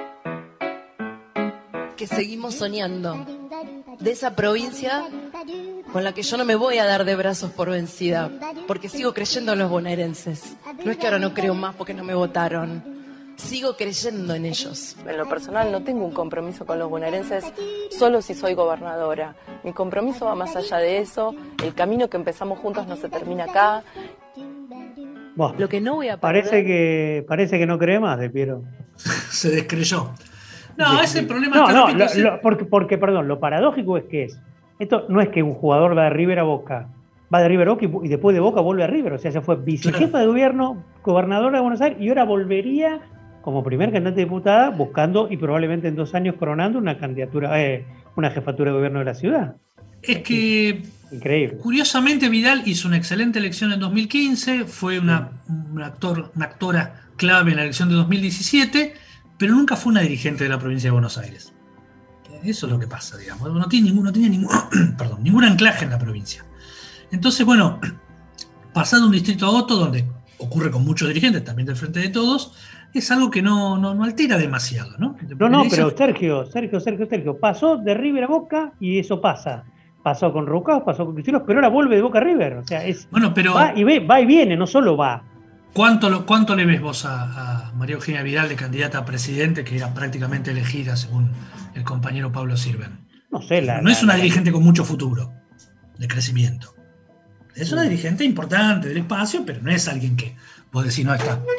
que seguimos soñando de esa provincia con la que yo no me voy a dar de brazos por vencida, porque sigo creyendo en los bonaerenses. No es que ahora no creo más porque no me votaron, sigo creyendo en ellos. En lo personal no tengo un compromiso con los bonaerenses solo si soy gobernadora. Mi compromiso va más allá de eso, el camino que empezamos juntos no se termina acá. Bueno, lo que no voy a perder... Parece que, parece que no cree más de Piero. Se descreyó. No, sí, ese sí. problema no, no, lo, lo, porque, porque, perdón, lo paradójico es que es, esto no es que un jugador va de River a Boca, va de River a Boca y, y después de Boca vuelve a River, o sea, se fue vicejefa claro. de gobierno, gobernadora de Buenos Aires, y ahora volvería como primer candidata a diputada, buscando y probablemente en dos años coronando una candidatura, eh, una jefatura de gobierno de la ciudad. Es que, increíble. Curiosamente, Vidal hizo una excelente elección en dos mil quince, fue una, un actor, una actora clave en la elección de dos mil diecisiete, pero nunca fue una dirigente de la provincia de Buenos Aires. Eso es lo que pasa, digamos. No tiene ningún, no tiene ningún, perdón, ningún anclaje en la provincia. Entonces, bueno, pasar de un distrito a otro, donde ocurre con muchos dirigentes, también del Frente de Todos, es algo que no, no, no altera demasiado, ¿no? No, no, pero Sergio, Sergio, Sergio, Sergio, pasó de River a Boca y eso pasa. Pasó con Rucao, pasó con Cristianos, pero ahora vuelve de Boca a River. O sea, es, bueno, pero va y, ve, va y viene, no solo va. ¿Cuánto, lo, ¿Cuánto le ves vos a, a María Eugenia Vidal de candidata a presidente, que era prácticamente elegida según el compañero Pablo Sirven? No sé. La, no la, es una la, dirigente con mucho futuro, de crecimiento. Es una dirigente importante del espacio, pero no es alguien que vos decís, no está.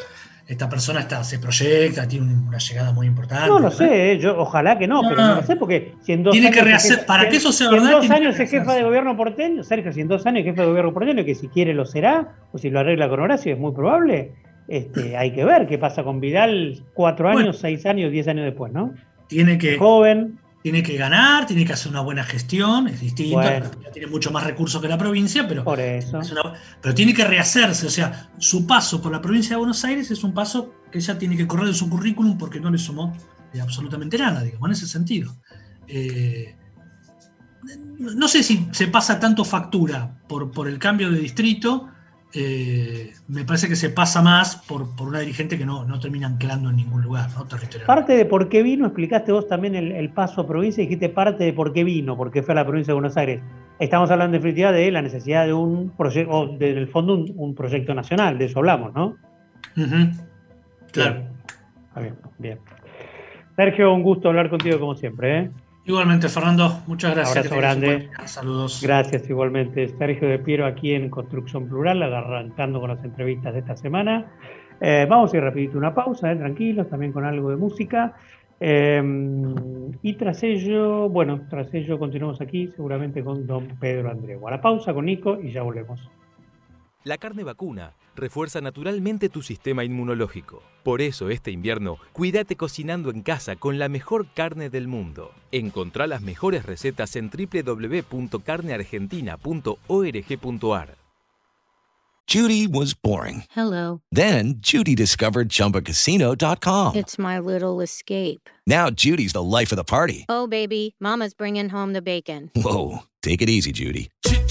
esta persona está, se proyecta, tiene una llegada muy importante. No lo ¿verdad? sé, yo ojalá que no, no, pero no lo sé, porque si en dos tiene años que rehacer, jefe, para que eso sea si verdad, en dos tiene años que es jefa de gobierno porteño, Sergio, si en dos años es jefe de gobierno porteño, que si quiere lo será, o si lo arregla con Horacio, es muy probable. Este, hay que ver qué pasa con Vidal cuatro años, bueno, seis años, diez años después, ¿no? Tiene que, es joven. Tiene que ganar, tiene que hacer una buena gestión, es distinto, bueno, tiene mucho más recursos que la provincia, pero, por eso. Una, pero tiene que rehacerse, o sea, su paso por la provincia de Buenos Aires es un paso que ella tiene que correr de su currículum porque no le sumó eh, absolutamente nada, digamos, en ese sentido. Eh, no sé si se pasa tanto factura por, por el cambio de distrito, eh, me parece que se pasa más por, por una dirigente que no, no termina anclando en ningún lugar, ¿no? Territorial. Parte de por qué vino, explicaste vos también el, el paso a provincia, dijiste parte de por qué vino, por qué fue a la provincia de Buenos Aires. Estamos hablando en definitiva de la necesidad de un proyecto, o de, del fondo un, un proyecto nacional, de eso hablamos, ¿no? Uh-huh. Claro. Bien. Bien. Sergio, un gusto hablar contigo como siempre, ¿eh? Igualmente, Fernando, muchas gracias. Abrazo grande. Saludos. Gracias, igualmente. Sergio De Piero aquí en Construcción Plural, arrancando con las entrevistas de esta semana. Eh, vamos a ir rapidito una pausa, eh, tranquilos, también con algo de música. Eh, y tras ello, bueno, tras ello continuamos aquí, seguramente con don Pedro Andreu. A la pausa con Nico y ya volvemos. La carne vacuna refuerza naturalmente tu sistema inmunológico. Por eso este invierno, cuídate cocinando en casa con la mejor carne del mundo. Encontrá las mejores recetas en doble u doble u doble u punto carne argentina punto org punto a r. Judy was boring. Hello. Then Judy discovered Chumba Casino dot com. It's my little escape. Now Judy's the life of the party. Oh, baby, mama's bringing home the bacon. Whoa, take it easy, Judy.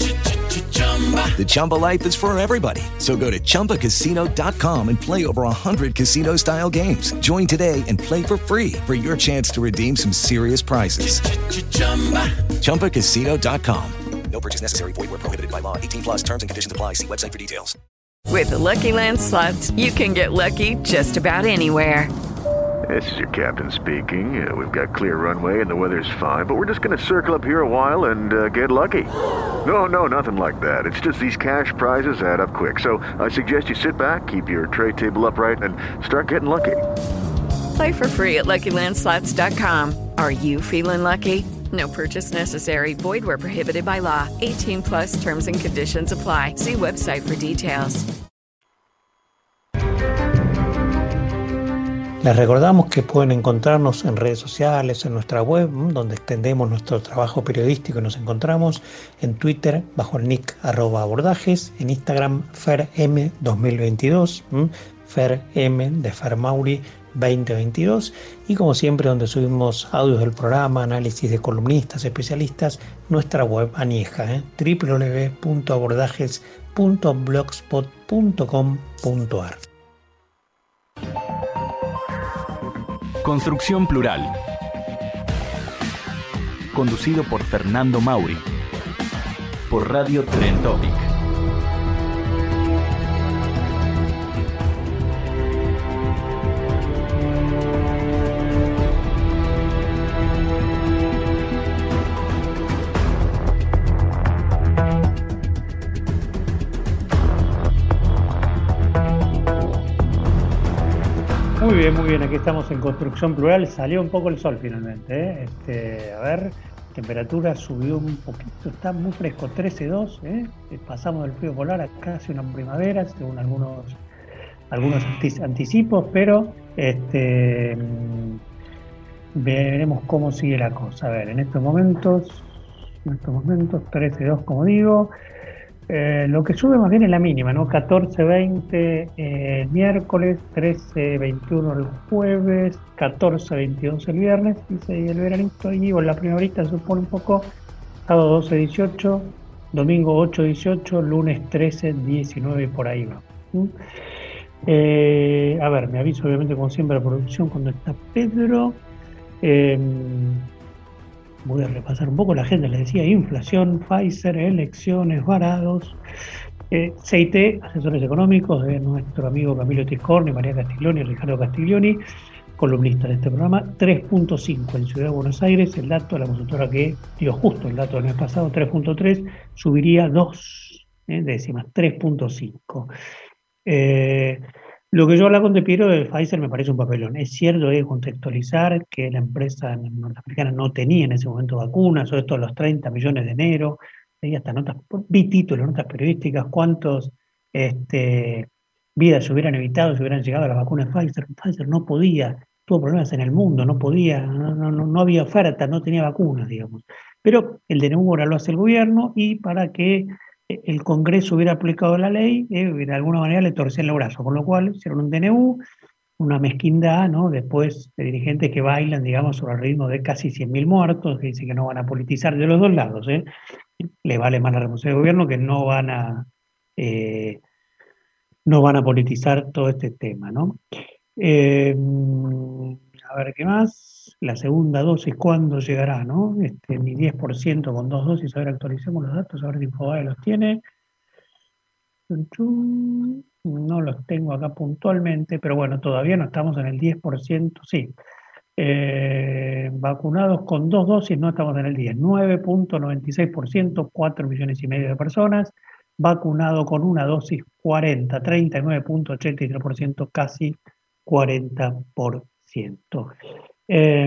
The Chumba life is for everybody. So go to Chumba Casino dot com and play over one hundred casino-style games. Join today and play for free for your chance to redeem some serious prizes. Chumba Casino dot com. No purchase necessary. Void where prohibited by law. eighteen plus terms and conditions apply. See website for details. With the Lucky Land Slots, you can get lucky just about anywhere. This is your captain speaking. Uh, we've got clear runway and the weather's fine, but we're just going to circle up here a while and uh, get lucky. No, no, nothing like that. It's just these cash prizes add up quick. So I suggest you sit back, keep your tray table upright, and start getting lucky. Play for free at Lucky Land Slots dot com. Are you feeling lucky? No purchase necessary. Void where prohibited by law. eighteen plus terms and conditions apply. See website for details. Les recordamos que pueden encontrarnos en redes sociales, en nuestra web, donde extendemos nuestro trabajo periodístico y nos encontramos en Twitter bajo el nick arroba abordajes, en Instagram ferm dos mil veintidós, ferm de Fermauri veinte veintidós, y como siempre donde subimos audios del programa, análisis de columnistas, especialistas, nuestra web anieja, ¿eh? doble u doble u doble u punto abordajes punto blogspot punto com punto a r. Construcción Plural, conducido por Fernando Mauri, por Radio Tren Topic. Muy bien, muy bien, aquí estamos en Construcción Plural, salió un poco el sol finalmente, ¿eh? Este, a ver, temperatura subió un poquito, está muy fresco, trece dos, ¿eh? Pasamos del frío polar a casi una primavera, según algunos algunos anticipos, pero este, veremos cómo sigue la cosa. A ver, en estos momentos, en estos momentos, trece dos como digo. Eh, lo que sube más bien es la mínima, ¿no? catorce veinte eh, el miércoles, trece veintiuno el jueves, catorce veintidós el viernes, dice, y el veranito ahí, o la primaverita se supone un poco, sábado doce dieciocho, domingo ocho dieciocho, lunes trece diecinueve y por ahí va. ¿Mm? Eh, a ver, me aviso obviamente como siempre la producción cuando está Pedro. Eh, Voy a repasar un poco la agenda, les decía, inflación, Pfizer, elecciones, varados, eh, C I T, asesores económicos de nuestro amigo Camilo Tiscorni, María Castiglioni y Ricardo Castiglioni, columnistas de este programa, tres punto cinco en Ciudad de Buenos Aires, el dato de la consultora que dio justo el dato del mes pasado, tres punto tres, subiría dos eh, décimas, tres punto cinco. Eh, Lo que yo hablaba con De Piero de Pfizer me parece un papelón. Es cierto, hay que contextualizar que la empresa norteamericana no tenía en ese momento vacunas, sobre todo los treinta millones de enero, hay hasta notas, vi títulos, notas periodísticas, cuántos este, vidas se hubieran evitado si hubieran llegado a la vacuna de Pfizer. Pfizer no podía, tuvo problemas en el mundo, no podía, no, no, no había oferta, no tenía vacunas, digamos. Pero el D N U ahora lo hace el gobierno y para que el Congreso hubiera aplicado la ley, eh, de alguna manera le torcían el brazo, con lo cual hicieron un D N U, una mezquindad, ¿no? Después de dirigentes que bailan, digamos, sobre el ritmo de casi cien mil muertos, que dicen que no van a politizar de los dos lados, ¿eh? Le vale más la responsabilidad del gobierno que no van a eh, no van a politizar todo este tema, ¿no? Eh, a ver, ¿qué más? La segunda dosis, ¿cuándo llegará, no? Este, mi diez por ciento con dos dosis, a ver, actualicemos los datos, a ver si Infobae los tiene. No los tengo acá puntualmente, pero bueno, todavía no estamos en el diez por ciento, sí. Eh, vacunados con dos dosis no estamos en el diez, nueve punto noventa y seis por ciento, cuatro millones y medio de personas. Vacunado con una dosis cuarenta, treinta y nueve punto ochenta y tres por ciento, casi cuarenta por ciento. Eh,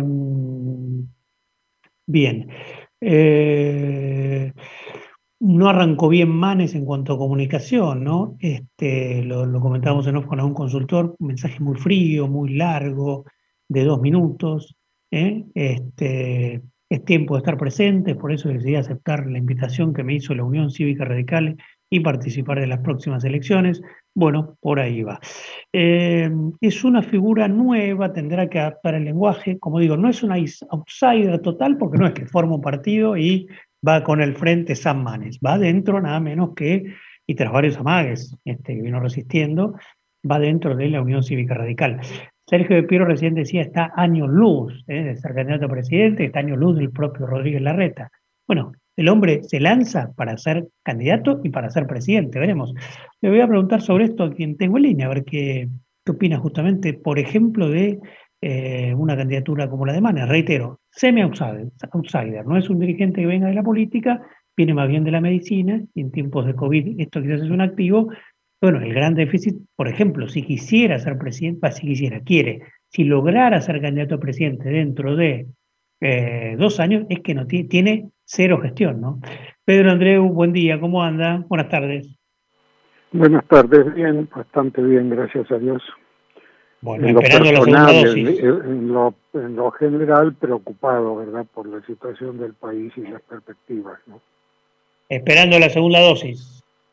bien. Eh, no arrancó bien Manes en cuanto a comunicación, ¿no? Este, lo, lo comentábamos en off con algún consultor, un mensaje muy frío, muy largo, de dos minutos. ¿eh? Este, es tiempo de estar presentes, por eso decidí aceptar la invitación que me hizo la Unión Cívica Radical y participar de las próximas elecciones. Bueno, por ahí va. Eh, es una figura nueva, tendrá que adaptar el lenguaje. Como digo, no es una outsider total, porque no es que forma un partido y va con el frente Sam Manes. Va dentro nada menos que, y tras varios amagues este, que vino resistiendo, va dentro de la Unión Cívica Radical. Sergio De Piero recién decía, está años luz eh, de ser candidato a presidente, está años luz del propio Rodríguez Larreta. Bueno, el hombre se lanza para ser candidato y para ser presidente, veremos. Le voy a preguntar sobre esto a quien tengo en línea, a ver qué, qué opina justamente, por ejemplo, de eh, una candidatura como la de Manes. Reitero, semi-outsider, outsider, no es un dirigente que venga de la política, viene más bien de la medicina, y en tiempos de COVID esto quizás es un activo. Bueno, el gran déficit, por ejemplo, si quisiera ser presidente, si quisiera, quiere, si lograra ser candidato a presidente dentro de eh, dos años, es que no tiene, tiene cero gestión, ¿no? Pedro Andreu, buen día, ¿cómo anda? Buenas tardes. Buenas tardes, bien, bastante bien, gracias a Dios. Bueno, en esperando lo personal, la segunda dosis. En, en, lo, en lo general, preocupado, ¿verdad?, por la situación del país y las perspectivas, ¿no? Esperando la segunda dosis.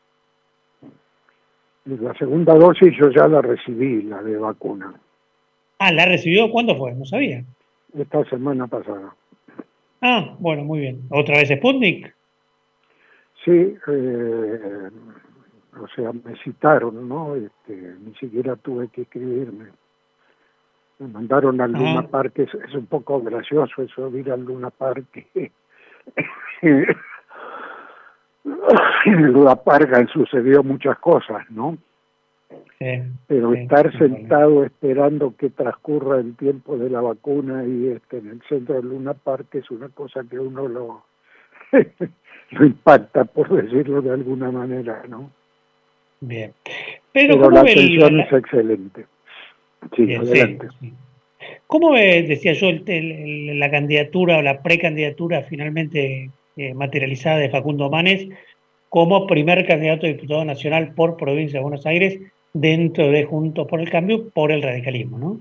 La segunda dosis yo ya la recibí, la de vacuna. Ah, ¿la recibió? ¿Cuándo fue? No sabía. Esta semana pasada. Ah, bueno, muy bien. ¿Otra vez Sputnik? Sí, eh, o sea, me citaron, ¿no? Este, ni siquiera tuve que escribirme. Me mandaron al Luna ah. Park, es, es un poco gracioso eso de ir al Luna Park. En el Luna Park sucedió muchas cosas, ¿no? Sí, pero sí, estar sí, sentado sí. esperando que transcurra el tiempo de la vacuna y este en el centro del Luna Park es una cosa que uno lo, lo impacta, por decirlo de alguna manera, ¿no? Bien. Pero, pero la atención es excelente. Sí, Bien, adelante. Sí, sí. ¿Cómo ve, decía yo, el, el, la candidatura o la precandidatura finalmente eh, materializada de Facundo Manes como primer candidato a diputado nacional por provincia de Buenos Aires dentro de Juntos por el Cambio, por el radicalismo, ¿no?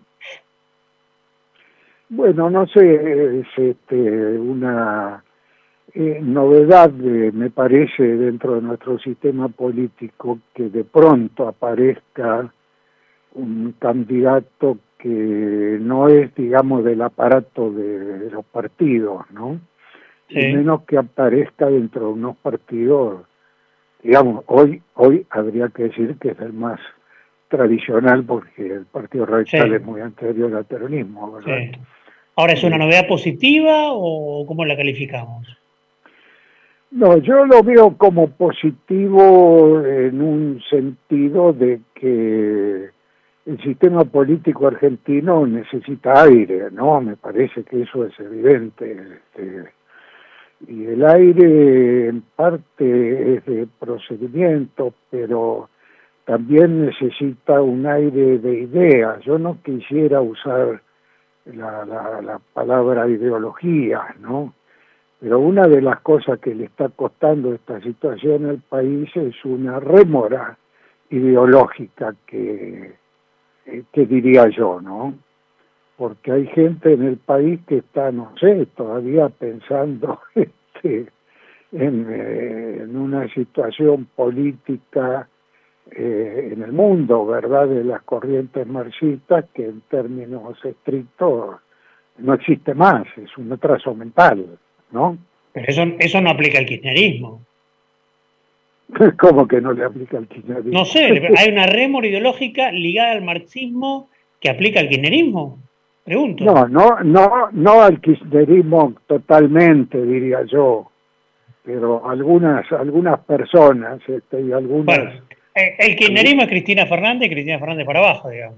Bueno, no sé, es este, una eh, novedad, de, me parece, dentro de nuestro sistema político, que de pronto aparezca un candidato que no es, digamos, del aparato de, de los partidos, ¿no? Sí. Y menos que aparezca dentro de unos partidos, digamos, hoy hoy habría que decir que es el más tradicional, porque el Partido Radical sí. es muy anterior al peronismo, ¿verdad? Sí. Ahora, ¿es una novedad positiva o cómo la calificamos? No, yo lo veo como positivo en un sentido de que el sistema político argentino necesita aire, ¿no? Me parece que eso es evidente. Este, y el aire en parte es de procedimiento, pero también necesita un aire de idea. Yo no quisiera usar la, la, la palabra ideología, ¿no? Pero una de las cosas que le está costando esta situación al país es una rémora ideológica que, que diría yo, ¿no? Porque hay gente en el país que está, no sé, todavía pensando este, en, eh, en una situación política eh, en el mundo, ¿verdad?, de las corrientes marxistas, que en términos estrictos no existe más, es un atraso mental, ¿no? Pero eso, eso no aplica al kirchnerismo. ¿Cómo que no le aplica al kirchnerismo? No sé, hay una rémora ideológica ligada al marxismo que aplica al kirchnerismo. Pregunto. No, no, no, no al kirchnerismo totalmente, diría yo, pero algunas, algunas personas, este, y algunas. Bueno, el kirchnerismo es Cristina Fernández y Cristina Fernández para abajo, digamos.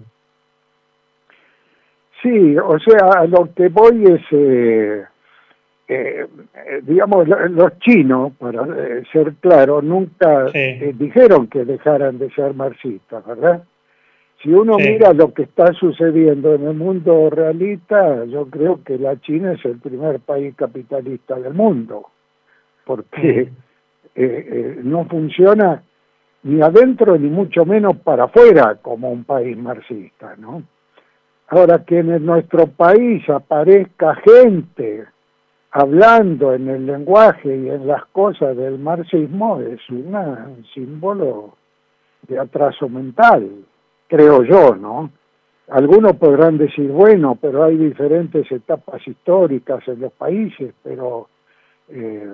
Sí, o sea, a lo que voy es, eh, eh, digamos, los chinos, para eh, ser claro, nunca sí. eh, dijeron que dejaran de ser marxistas, ¿verdad? Si uno sí. mira lo que está sucediendo en el mundo realista, yo creo que la China es el primer país capitalista del mundo, porque mm. eh, eh, no funciona ni adentro ni mucho menos para afuera como un país marxista, ¿no? Ahora, que en nuestro país aparezca gente hablando en el lenguaje y en las cosas del marxismo es una, un símbolo de atraso mental, creo yo, ¿no? Algunos podrán decir, bueno, pero hay diferentes etapas históricas en los países, pero eh,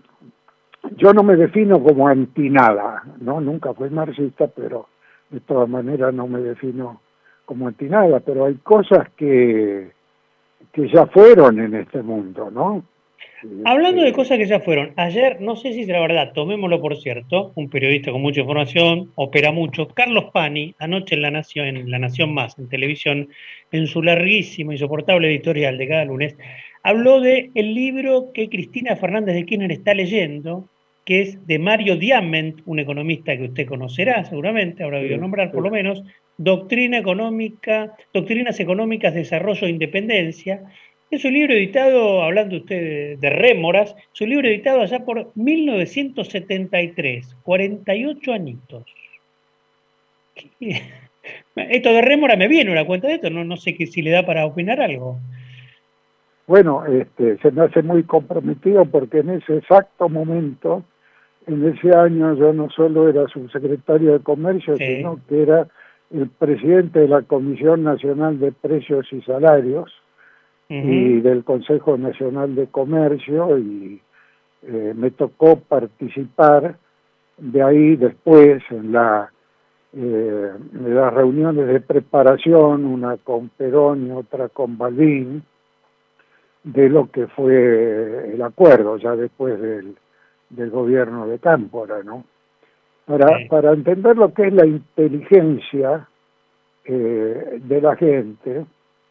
yo no me defino como antinada, ¿no? Nunca fui marxista, pero de todas maneras no me defino como antinada, pero hay cosas que, que ya fueron en este mundo, ¿no? Hablando de cosas que ya fueron, ayer, no sé si es la verdad, tomémoslo por cierto, un periodista con mucha información, opera mucho, Carlos Pani, anoche en La Nación, en La Nación Más, en televisión, en su larguísimo y soportable editorial de cada lunes, habló de el libro que Cristina Fernández de Kirchner está leyendo, que es de Mario Diamant, un economista que usted conocerá seguramente, habrá oído nombrar por lo menos, Doctrina Económica, Doctrinas Económicas, Desarrollo e Independencia. Es un libro editado, hablando usted de, de rémoras, es un libro editado allá por mil novecientos setenta y tres, cuarenta y ocho añitos. ¿Qué? Esto de rémora me viene una cuenta de esto, no, no sé que, si le da para opinar algo. Bueno, este, se me hace muy comprometido porque en ese exacto momento, en ese año, yo no solo era subsecretario de Comercio, sí. sino que era el presidente de la Comisión Nacional de Precios y Salarios, Uh-huh. y del Consejo Nacional de Comercio, y eh, me tocó participar de ahí después en, la, eh, en las reuniones de preparación, una con Perón y otra con Balbín, de lo que fue el acuerdo ya después del, del gobierno de Cámpora, ¿no? Para, sí. para entender lo que es la inteligencia eh, de la gente,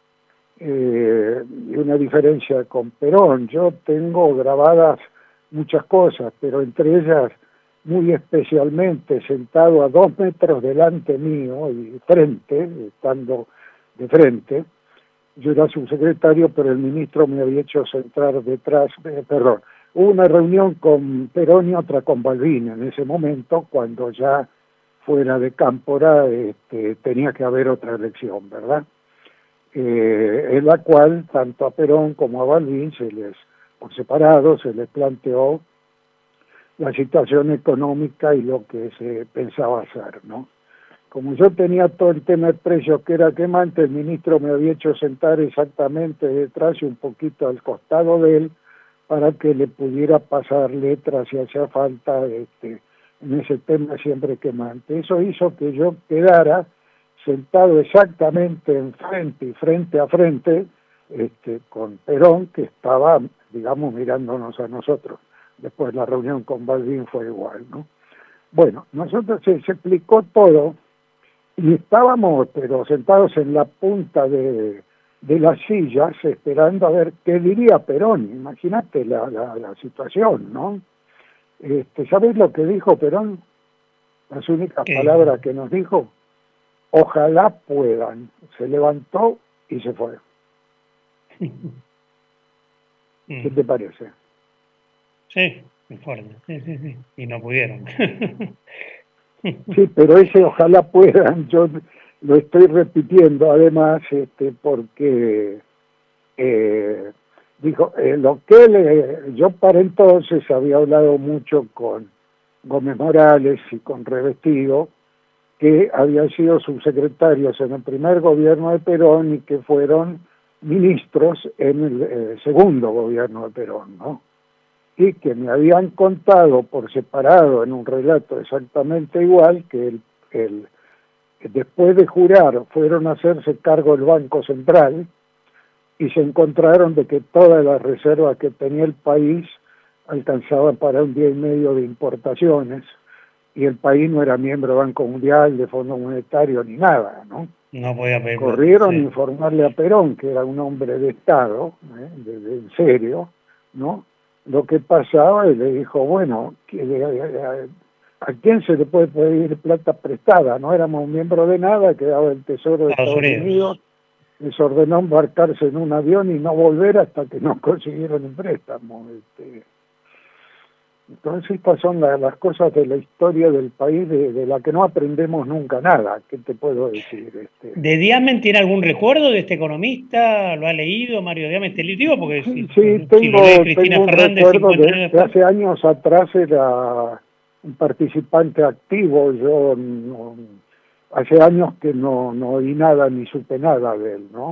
Eh, y una diferencia con Perón. Yo tengo grabadas muchas cosas, pero entre ellas, muy especialmente, sentado a dos metros delante mío y frente, estando de frente, yo era subsecretario, pero el ministro me había hecho sentar detrás, eh, perdón, hubo una reunión con Perón y otra con Balbín en ese momento, cuando ya fuera de Cámpora este, tenía que haber otra elección, ¿verdad? Eh, en la cual tanto a Perón como a Balbín se les, por separado, se les planteó la situación económica y lo que se pensaba hacer, ¿no? Como yo tenía todo el tema de precios que era quemante, el ministro me había hecho sentar exactamente detrás y un poquito al costado de él para que le pudiera pasar letras si hacía falta este, en ese tema siempre quemante. Eso hizo que yo quedara sentado exactamente enfrente y frente a frente este, con Perón, que estaba, digamos, mirándonos a nosotros. Después la reunión con Balbín fue igual, ¿no? Bueno, nosotros se, se explicó todo y estábamos, pero sentados en la punta de, de las sillas, esperando a ver qué diría Perón. Imagínate la, la, la situación, ¿no? Este, ¿sabés lo que dijo Perón? Las únicas ¿Qué? palabras que nos dijo, ojalá puedan. Se levantó y se fue. ¿Qué te parece? Sí, muy fuerte. Sí, sí, sí. Y no pudieron. Sí, pero ese ojalá puedan, yo lo estoy repitiendo además, este, porque eh, dijo, eh, lo que él, eh, yo para entonces había hablado mucho con Gómez Morales y con Revestido, que habían sido subsecretarios en el primer gobierno de Perón y que fueron ministros en el eh, segundo gobierno de Perón, ¿no? Y que me habían contado por separado en un relato exactamente igual que el, el, después de jurar fueron a hacerse cargo del Banco Central y se encontraron de que todas las reservas que tenía el país alcanzaban para un día y medio de importaciones y el país no era miembro del Banco Mundial, de Fondo Monetario ni nada, ¿no? No podía pedir. Corrieron Sí. a informarle a Perón, que era un hombre de Estado, ¿eh? de, de, en serio, ¿no? Lo que pasaba y le dijo, bueno, ¿a quién se le puede pedir plata prestada? No éramos miembros de nada, quedaba el Tesoro de Estados Estados Unidos. Unidos, les ordenó embarcarse en un avión y no volver hasta que no consiguieron un préstamo. Este. Entonces estas son la, las cosas de la historia del país de, de la que no aprendemos nunca nada. ¿Qué te puedo decir? Este. ¿De Diamen tiene algún recuerdo de este economista? ¿Lo ha leído Mario Diamen? Te lo digo porque Sí, si, sí, si tengo, lo lee Cristina tengo un Fernández recuerdo cincuenta de, años de después. hace años atrás era un participante activo, yo no, hace años que no, no oí nada ni supe nada de él, ¿no?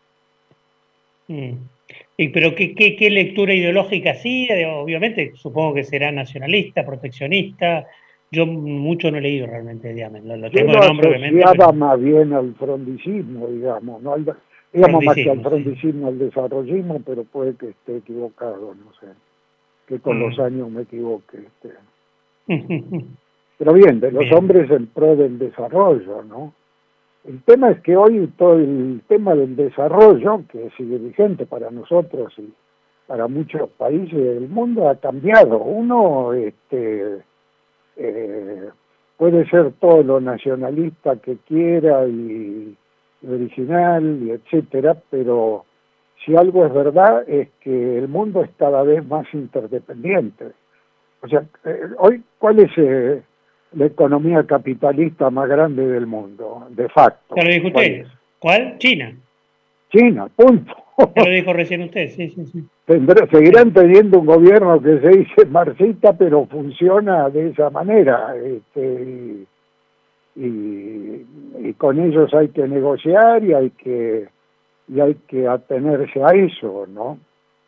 Mm. ¿Y pero qué, qué, qué lectura ideológica hacía? Obviamente supongo que será nacionalista, proteccionista. Yo mucho no he leído realmente de Diamen, lo, lo Yo tengo lo de nombre obviamente. asociaba Pero... más bien al frondicismo, digamos, ¿no? Al, digamos más que al Frondicismo, frondicismo, al desarrollismo, pero puede que esté equivocado, no sé, que con Mm. los años me equivoque. Este. Pero bien, de los Bien. hombres en pro del desarrollo, ¿no? El tema es que hoy todo el tema del desarrollo, que sigue vigente para nosotros y para muchos países del mundo, ha cambiado. Uno este, eh, puede ser todo lo nacionalista que quiera y, y original, y etcétera, pero si algo es verdad es que el mundo es cada vez más interdependiente. O sea, eh, hoy, ¿cuál es eh, la economía capitalista más grande del mundo, de facto? Ya lo dijo ¿Cuál usted. es? ¿Cuál? China. China, punto. Ya lo dijo recién usted, sí, sí, sí. Tendrá, seguirán teniendo un gobierno que se dice marxista, pero funciona de esa manera. Este, y, y, y con ellos hay que negociar y hay que, y hay que atenerse a eso, ¿no?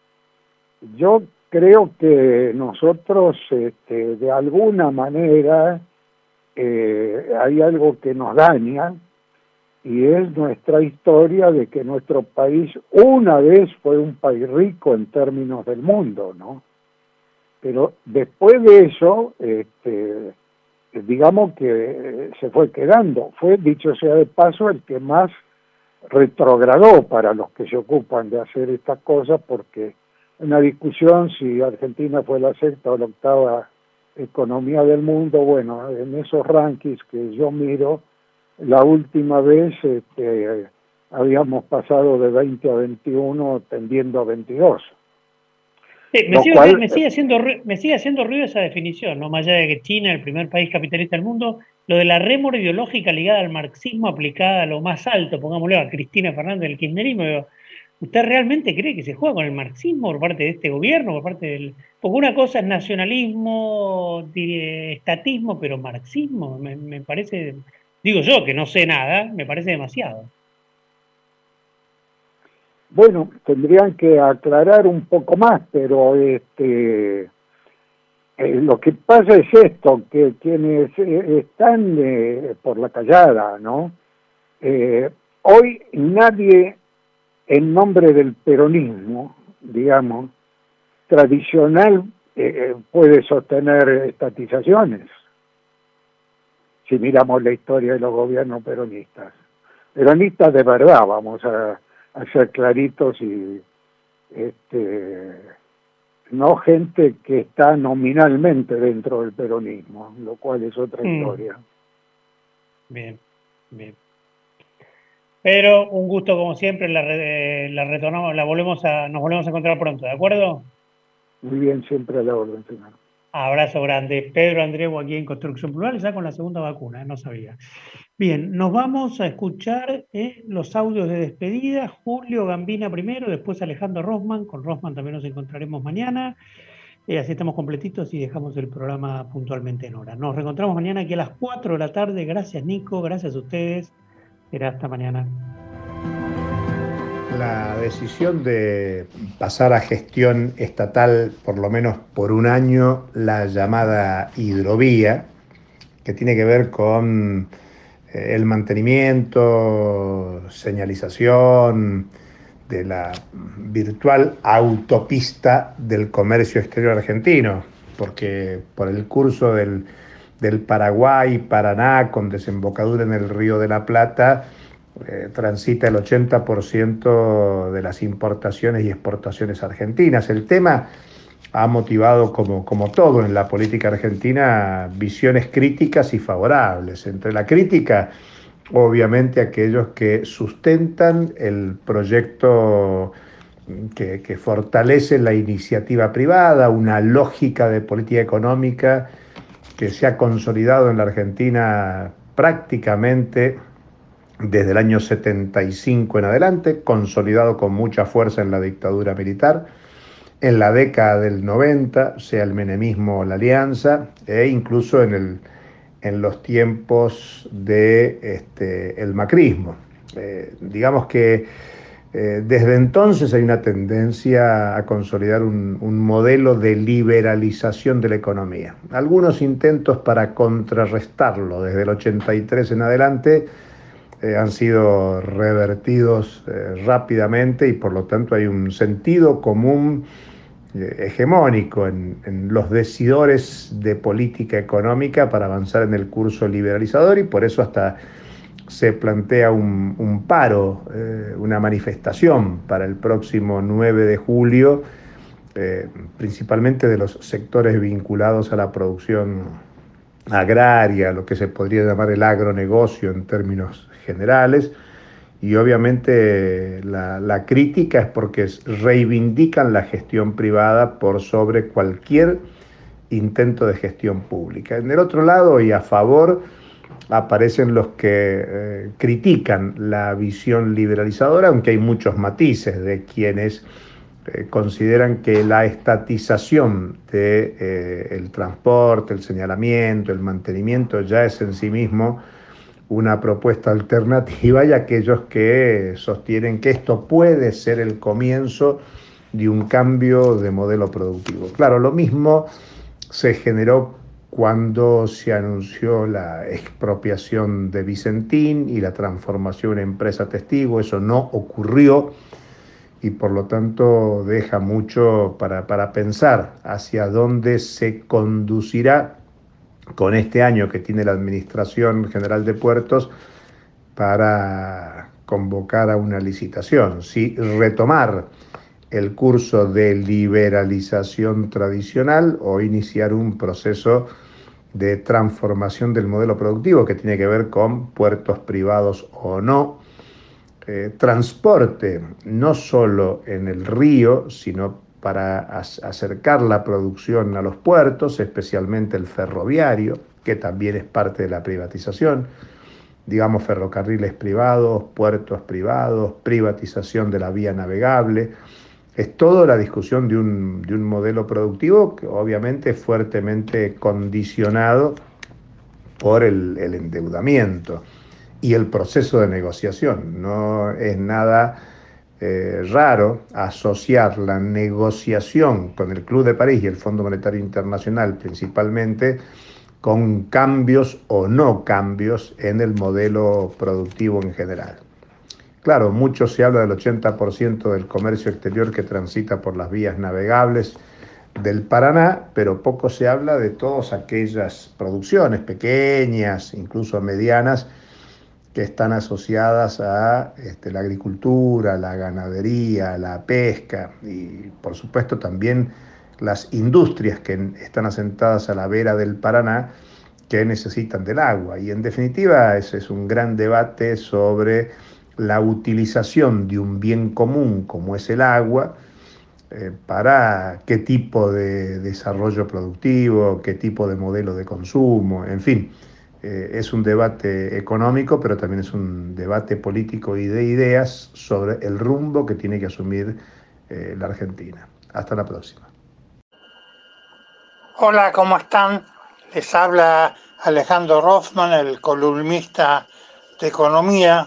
Yo creo que nosotros, este, de alguna manera, eh, hay algo que nos daña, y es nuestra historia de que nuestro país una vez fue un país rico en términos del mundo, ¿no? Pero después de eso, este, digamos que se fue quedando. Fue, dicho sea de paso, el que más retrogradó para los que se ocupan de hacer estas cosas, porque una discusión si Argentina fue la sexta o la octava economía del mundo, bueno, en esos rankings que yo miro, la última vez este, habíamos pasado de veinte a veintiuno tendiendo a veintidós. Sí, me, Lo sigue, cual, me, sigue haciendo, ru- me sigue haciendo ruido esa definición, ¿no? Más allá de que China es el primer país capitalista del mundo, lo de la rémora ideológica ligada al marxismo aplicada a lo más alto, pongámosle a Cristina Fernández del kirchnerismo. Digo, ¿usted realmente cree que se juega con el marxismo por parte de este gobierno, por parte del...? Porque una cosa es nacionalismo, di- estatismo, pero marxismo, me, me parece, digo yo que no sé nada, me parece demasiado. Bueno, tendrían que aclarar un poco más, pero este eh, lo que pasa es esto, que quienes eh, están eh, por la callada, ¿no? Eh, hoy nadie, en nombre del peronismo, digamos, tradicional, eh, puede sostener estatizaciones, si miramos la historia de los gobiernos peronistas. Peronistas de verdad, vamos a... a ser claritos y este no gente que está nominalmente dentro del peronismo, lo cual es otra Mm. historia. Bien, bien. Pero un gusto como siempre, la, re- la retornamos, la volvemos a, nos volvemos a encontrar pronto, ¿de acuerdo? Muy bien, siempre a la orden, señor. Abrazo grande. Pedro Andreu aquí en Construcción Plural, ya con la segunda vacuna, ¿eh? No sabía. Bien, nos vamos a escuchar eh, los audios de despedida. Julio Gambina primero, después Alejandro Rosman. Con Rosman también nos encontraremos mañana. Eh, así estamos completitos y dejamos el programa puntualmente en hora. Nos reencontramos mañana aquí a las cuatro de la tarde. Gracias, Nico. Gracias a ustedes. Será hasta mañana. La decisión de pasar a gestión estatal, por lo menos por un año, la llamada hidrovía, que tiene que ver con eh, el mantenimiento, señalización de la virtual autopista del comercio exterior argentino, porque por el curso del, del Paraguay, Paraná, con desembocadura en el Río de la Plata, Eh, transita el ochenta por ciento de las importaciones y exportaciones argentinas. El tema ha motivado, como, como todo en la política argentina, visiones críticas y favorables. Entre la crítica, obviamente, aquellos que sustentan el proyecto que, que fortalece la iniciativa privada, una lógica de política económica que se ha consolidado en la Argentina prácticamente desde el año setenta y cinco en adelante, consolidado con mucha fuerza en la dictadura militar, en la década del noventa, sea el menemismo o la alianza, e incluso en, el, en los tiempos de este, el macrismo. Eh, digamos que eh, desde entonces hay una tendencia a consolidar un, un modelo de liberalización de la economía. Algunos intentos para contrarrestarlo desde el ochenta y tres en adelante Eh, han sido revertidos eh, rápidamente y por lo tanto hay un sentido común eh, hegemónico en, en los decidores de política económica para avanzar en el curso liberalizador, y por eso hasta se plantea un, un paro, eh, una manifestación para el próximo nueve de julio, eh, principalmente de los sectores vinculados a la producción agraria, lo que se podría llamar el agronegocio en términos generales, y obviamente la, la crítica es porque reivindican la gestión privada por sobre cualquier intento de gestión pública. En el otro lado, y a favor, aparecen los que eh, critican la visión liberalizadora, aunque hay muchos matices de quienes eh, consideran que la estatización de, eh, el transporte, el señalamiento, el mantenimiento ya es en sí mismo una propuesta alternativa, y aquellos que sostienen que esto puede ser el comienzo de un cambio de modelo productivo. Claro, lo mismo se generó cuando se anunció la expropiación de Vicentín y la transformación en empresa testigo. Eso no ocurrió y por lo tanto deja mucho para, para pensar hacia dónde se conducirá con este año que tiene la Administración General de Puertos para convocar a una licitación. Si retomar el curso de liberalización tradicional o iniciar un proceso de transformación del modelo productivo que tiene que ver con puertos privados o no, eh, transporte no solo en el río, sino para acercar la producción a los puertos, especialmente el ferroviario, que también es parte de la privatización, digamos ferrocarriles privados, puertos privados, privatización de la vía navegable. Es toda la discusión de un, de un modelo productivo que obviamente es fuertemente condicionado por el, el endeudamiento y el proceso de negociación. No es nada Eh, raro asociar la negociación con el Club de París y el Fondo Monetario Internacional principalmente con cambios o no cambios en el modelo productivo en general. Claro, mucho se habla del ochenta por ciento del comercio exterior que transita por las vías navegables del Paraná, pero poco se habla de todas aquellas producciones pequeñas, incluso medianas, que están asociadas a este, la agricultura, la ganadería, la pesca y por supuesto también las industrias que están asentadas a la vera del Paraná que necesitan del agua. Y en definitiva ese es un gran debate sobre la utilización de un bien común como es el agua, eh, para qué tipo de desarrollo productivo, qué tipo de modelo de consumo, en fin. Eh, es un debate económico, pero también es un debate político y de ideas sobre el rumbo que tiene que asumir eh, la Argentina. Hasta la próxima. Hola, ¿cómo están? Les habla Alejandro Rothman, el columnista de economía,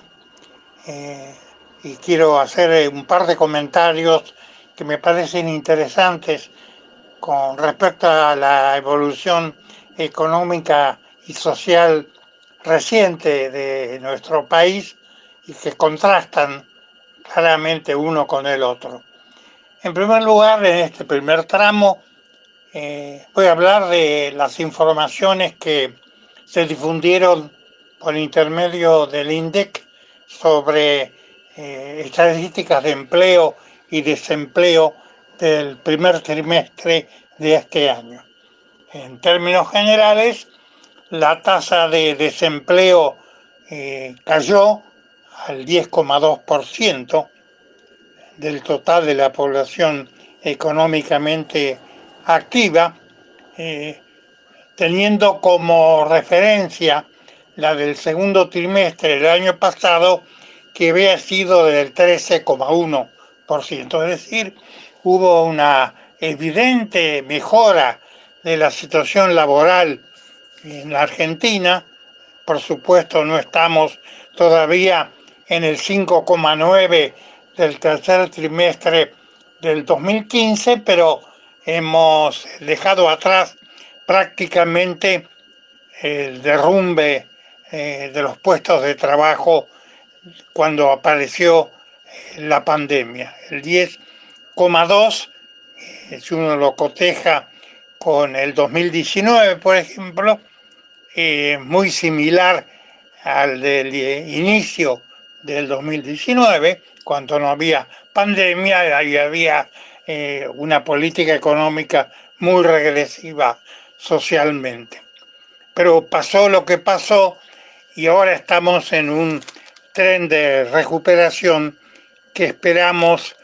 eh, y quiero hacer un par de comentarios que me parecen interesantes con respecto a la evolución económica y social reciente de nuestro país y que contrastan claramente uno con el otro. En primer lugar, en este primer tramo, eh, voy a hablar de las informaciones que se difundieron por intermedio del INDEC sobre eh, estadísticas de empleo y desempleo del primer trimestre de este año. En términos generales, la tasa de desempleo eh, cayó al diez coma dos por ciento del total de la población económicamente activa, eh, teniendo como referencia la del segundo trimestre del año pasado, que había sido del trece coma uno por ciento. Es decir, hubo una evidente mejora de la situación laboral en la Argentina. Por supuesto, no estamos todavía en el cinco coma nueve del tercer trimestre del dos mil quince, pero hemos dejado atrás prácticamente el derrumbe eh, de los puestos de trabajo cuando apareció la pandemia. El diez coma dos, eh, si uno lo coteja con el dos mil diecinueve, por ejemplo, eh, muy similar al del eh, inicio del dos mil diecinueve, cuando no había pandemia y había eh, una política económica muy regresiva socialmente. Pero pasó lo que pasó y ahora estamos en un tren de recuperación que esperamos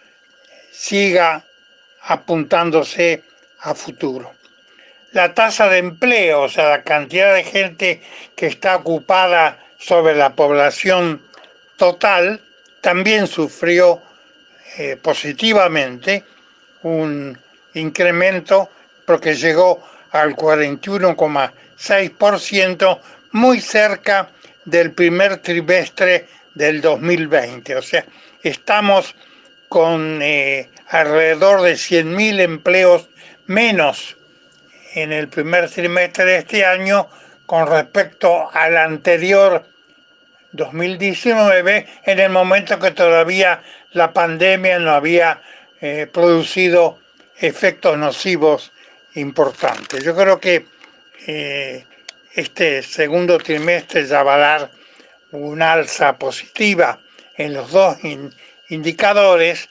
siga apuntándose a futuro. La tasa de empleo, o sea, la cantidad de gente que está ocupada sobre la población total, también sufrió eh, positivamente un incremento porque llegó al cuarenta y uno coma seis por ciento, muy cerca del primer trimestre del dos mil veinte. O sea, estamos con eh, alrededor de cien mil empleos menos en el primer trimestre de este año con respecto al anterior dos mil diecinueve, en el momento que todavía la pandemia no había eh, producido efectos nocivos importantes. Yo creo que eh, este segundo trimestre ya va a dar una alza positiva en los dos in, indicadores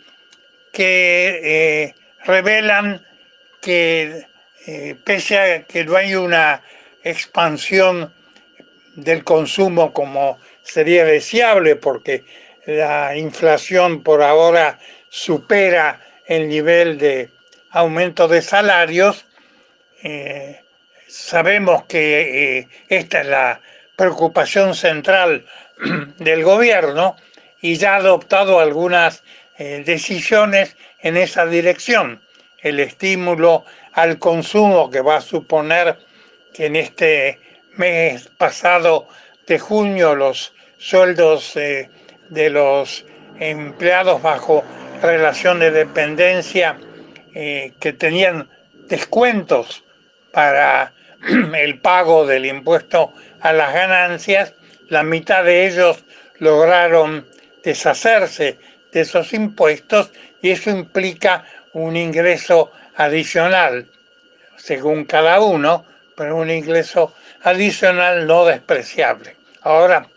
que eh, revelan que eh, pese a que no hay una expansión del consumo como sería deseable, porque la inflación por ahora supera el nivel de aumento de salarios, eh, sabemos que eh, esta es la preocupación central del gobierno y ya ha adoptado algunas eh, decisiones en esa dirección. El estímulo al consumo que va a suponer que en este mes pasado de junio los sueldos eh, de los empleados bajo relación de dependencia eh, que tenían descuentos para el pago del impuesto a las ganancias, la mitad de ellos lograron deshacerse de esos impuestos y eso implica un ingreso adicional, según cada uno, pero un ingreso adicional no despreciable. Ahora,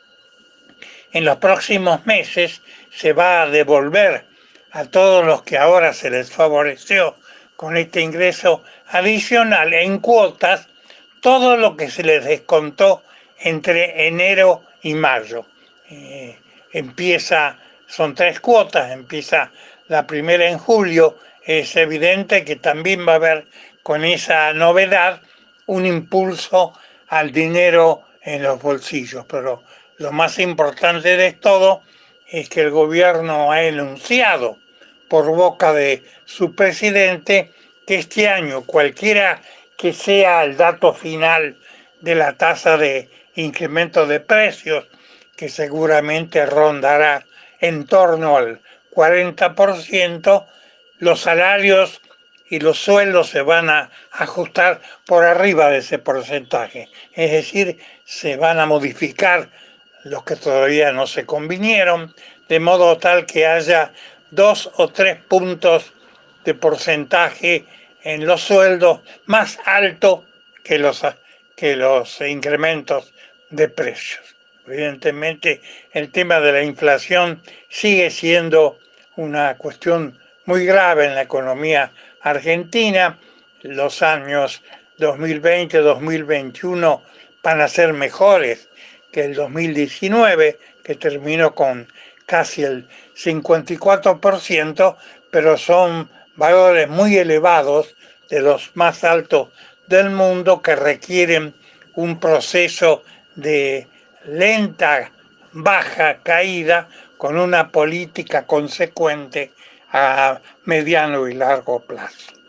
en los próximos meses se va a devolver a todos los que ahora se les favoreció con este ingreso adicional en cuotas todo lo que se les descontó entre enero y mayo. Eh, empieza, son tres cuotas, empieza la primera en julio. Es evidente que también va a haber con esa novedad un impulso al dinero en los bolsillos, pero lo más importante de todo es que el gobierno ha enunciado por boca de su presidente que este año, cualquiera que sea el dato final de la tasa de incremento de precios, que seguramente rondará en torno al cuarenta por ciento, los salarios y los sueldos se van a ajustar por arriba de ese porcentaje. Es decir, se van a modificar los que todavía no se convinieron, de modo tal que haya dos o tres puntos de porcentaje en los sueldos más alto que los, que los incrementos de precios. Evidentemente, el tema de la inflación sigue siendo una cuestión muy grave en la economía argentina. Los años dos mil veinte a dos mil veintiuno van a ser mejores que el dos mil diecinueve, que terminó con casi el cincuenta y cuatro por ciento, pero son valores muy elevados, de los más altos del mundo, que requieren un proceso de lenta, baja caída con una política consecuente a mediano y largo plazo.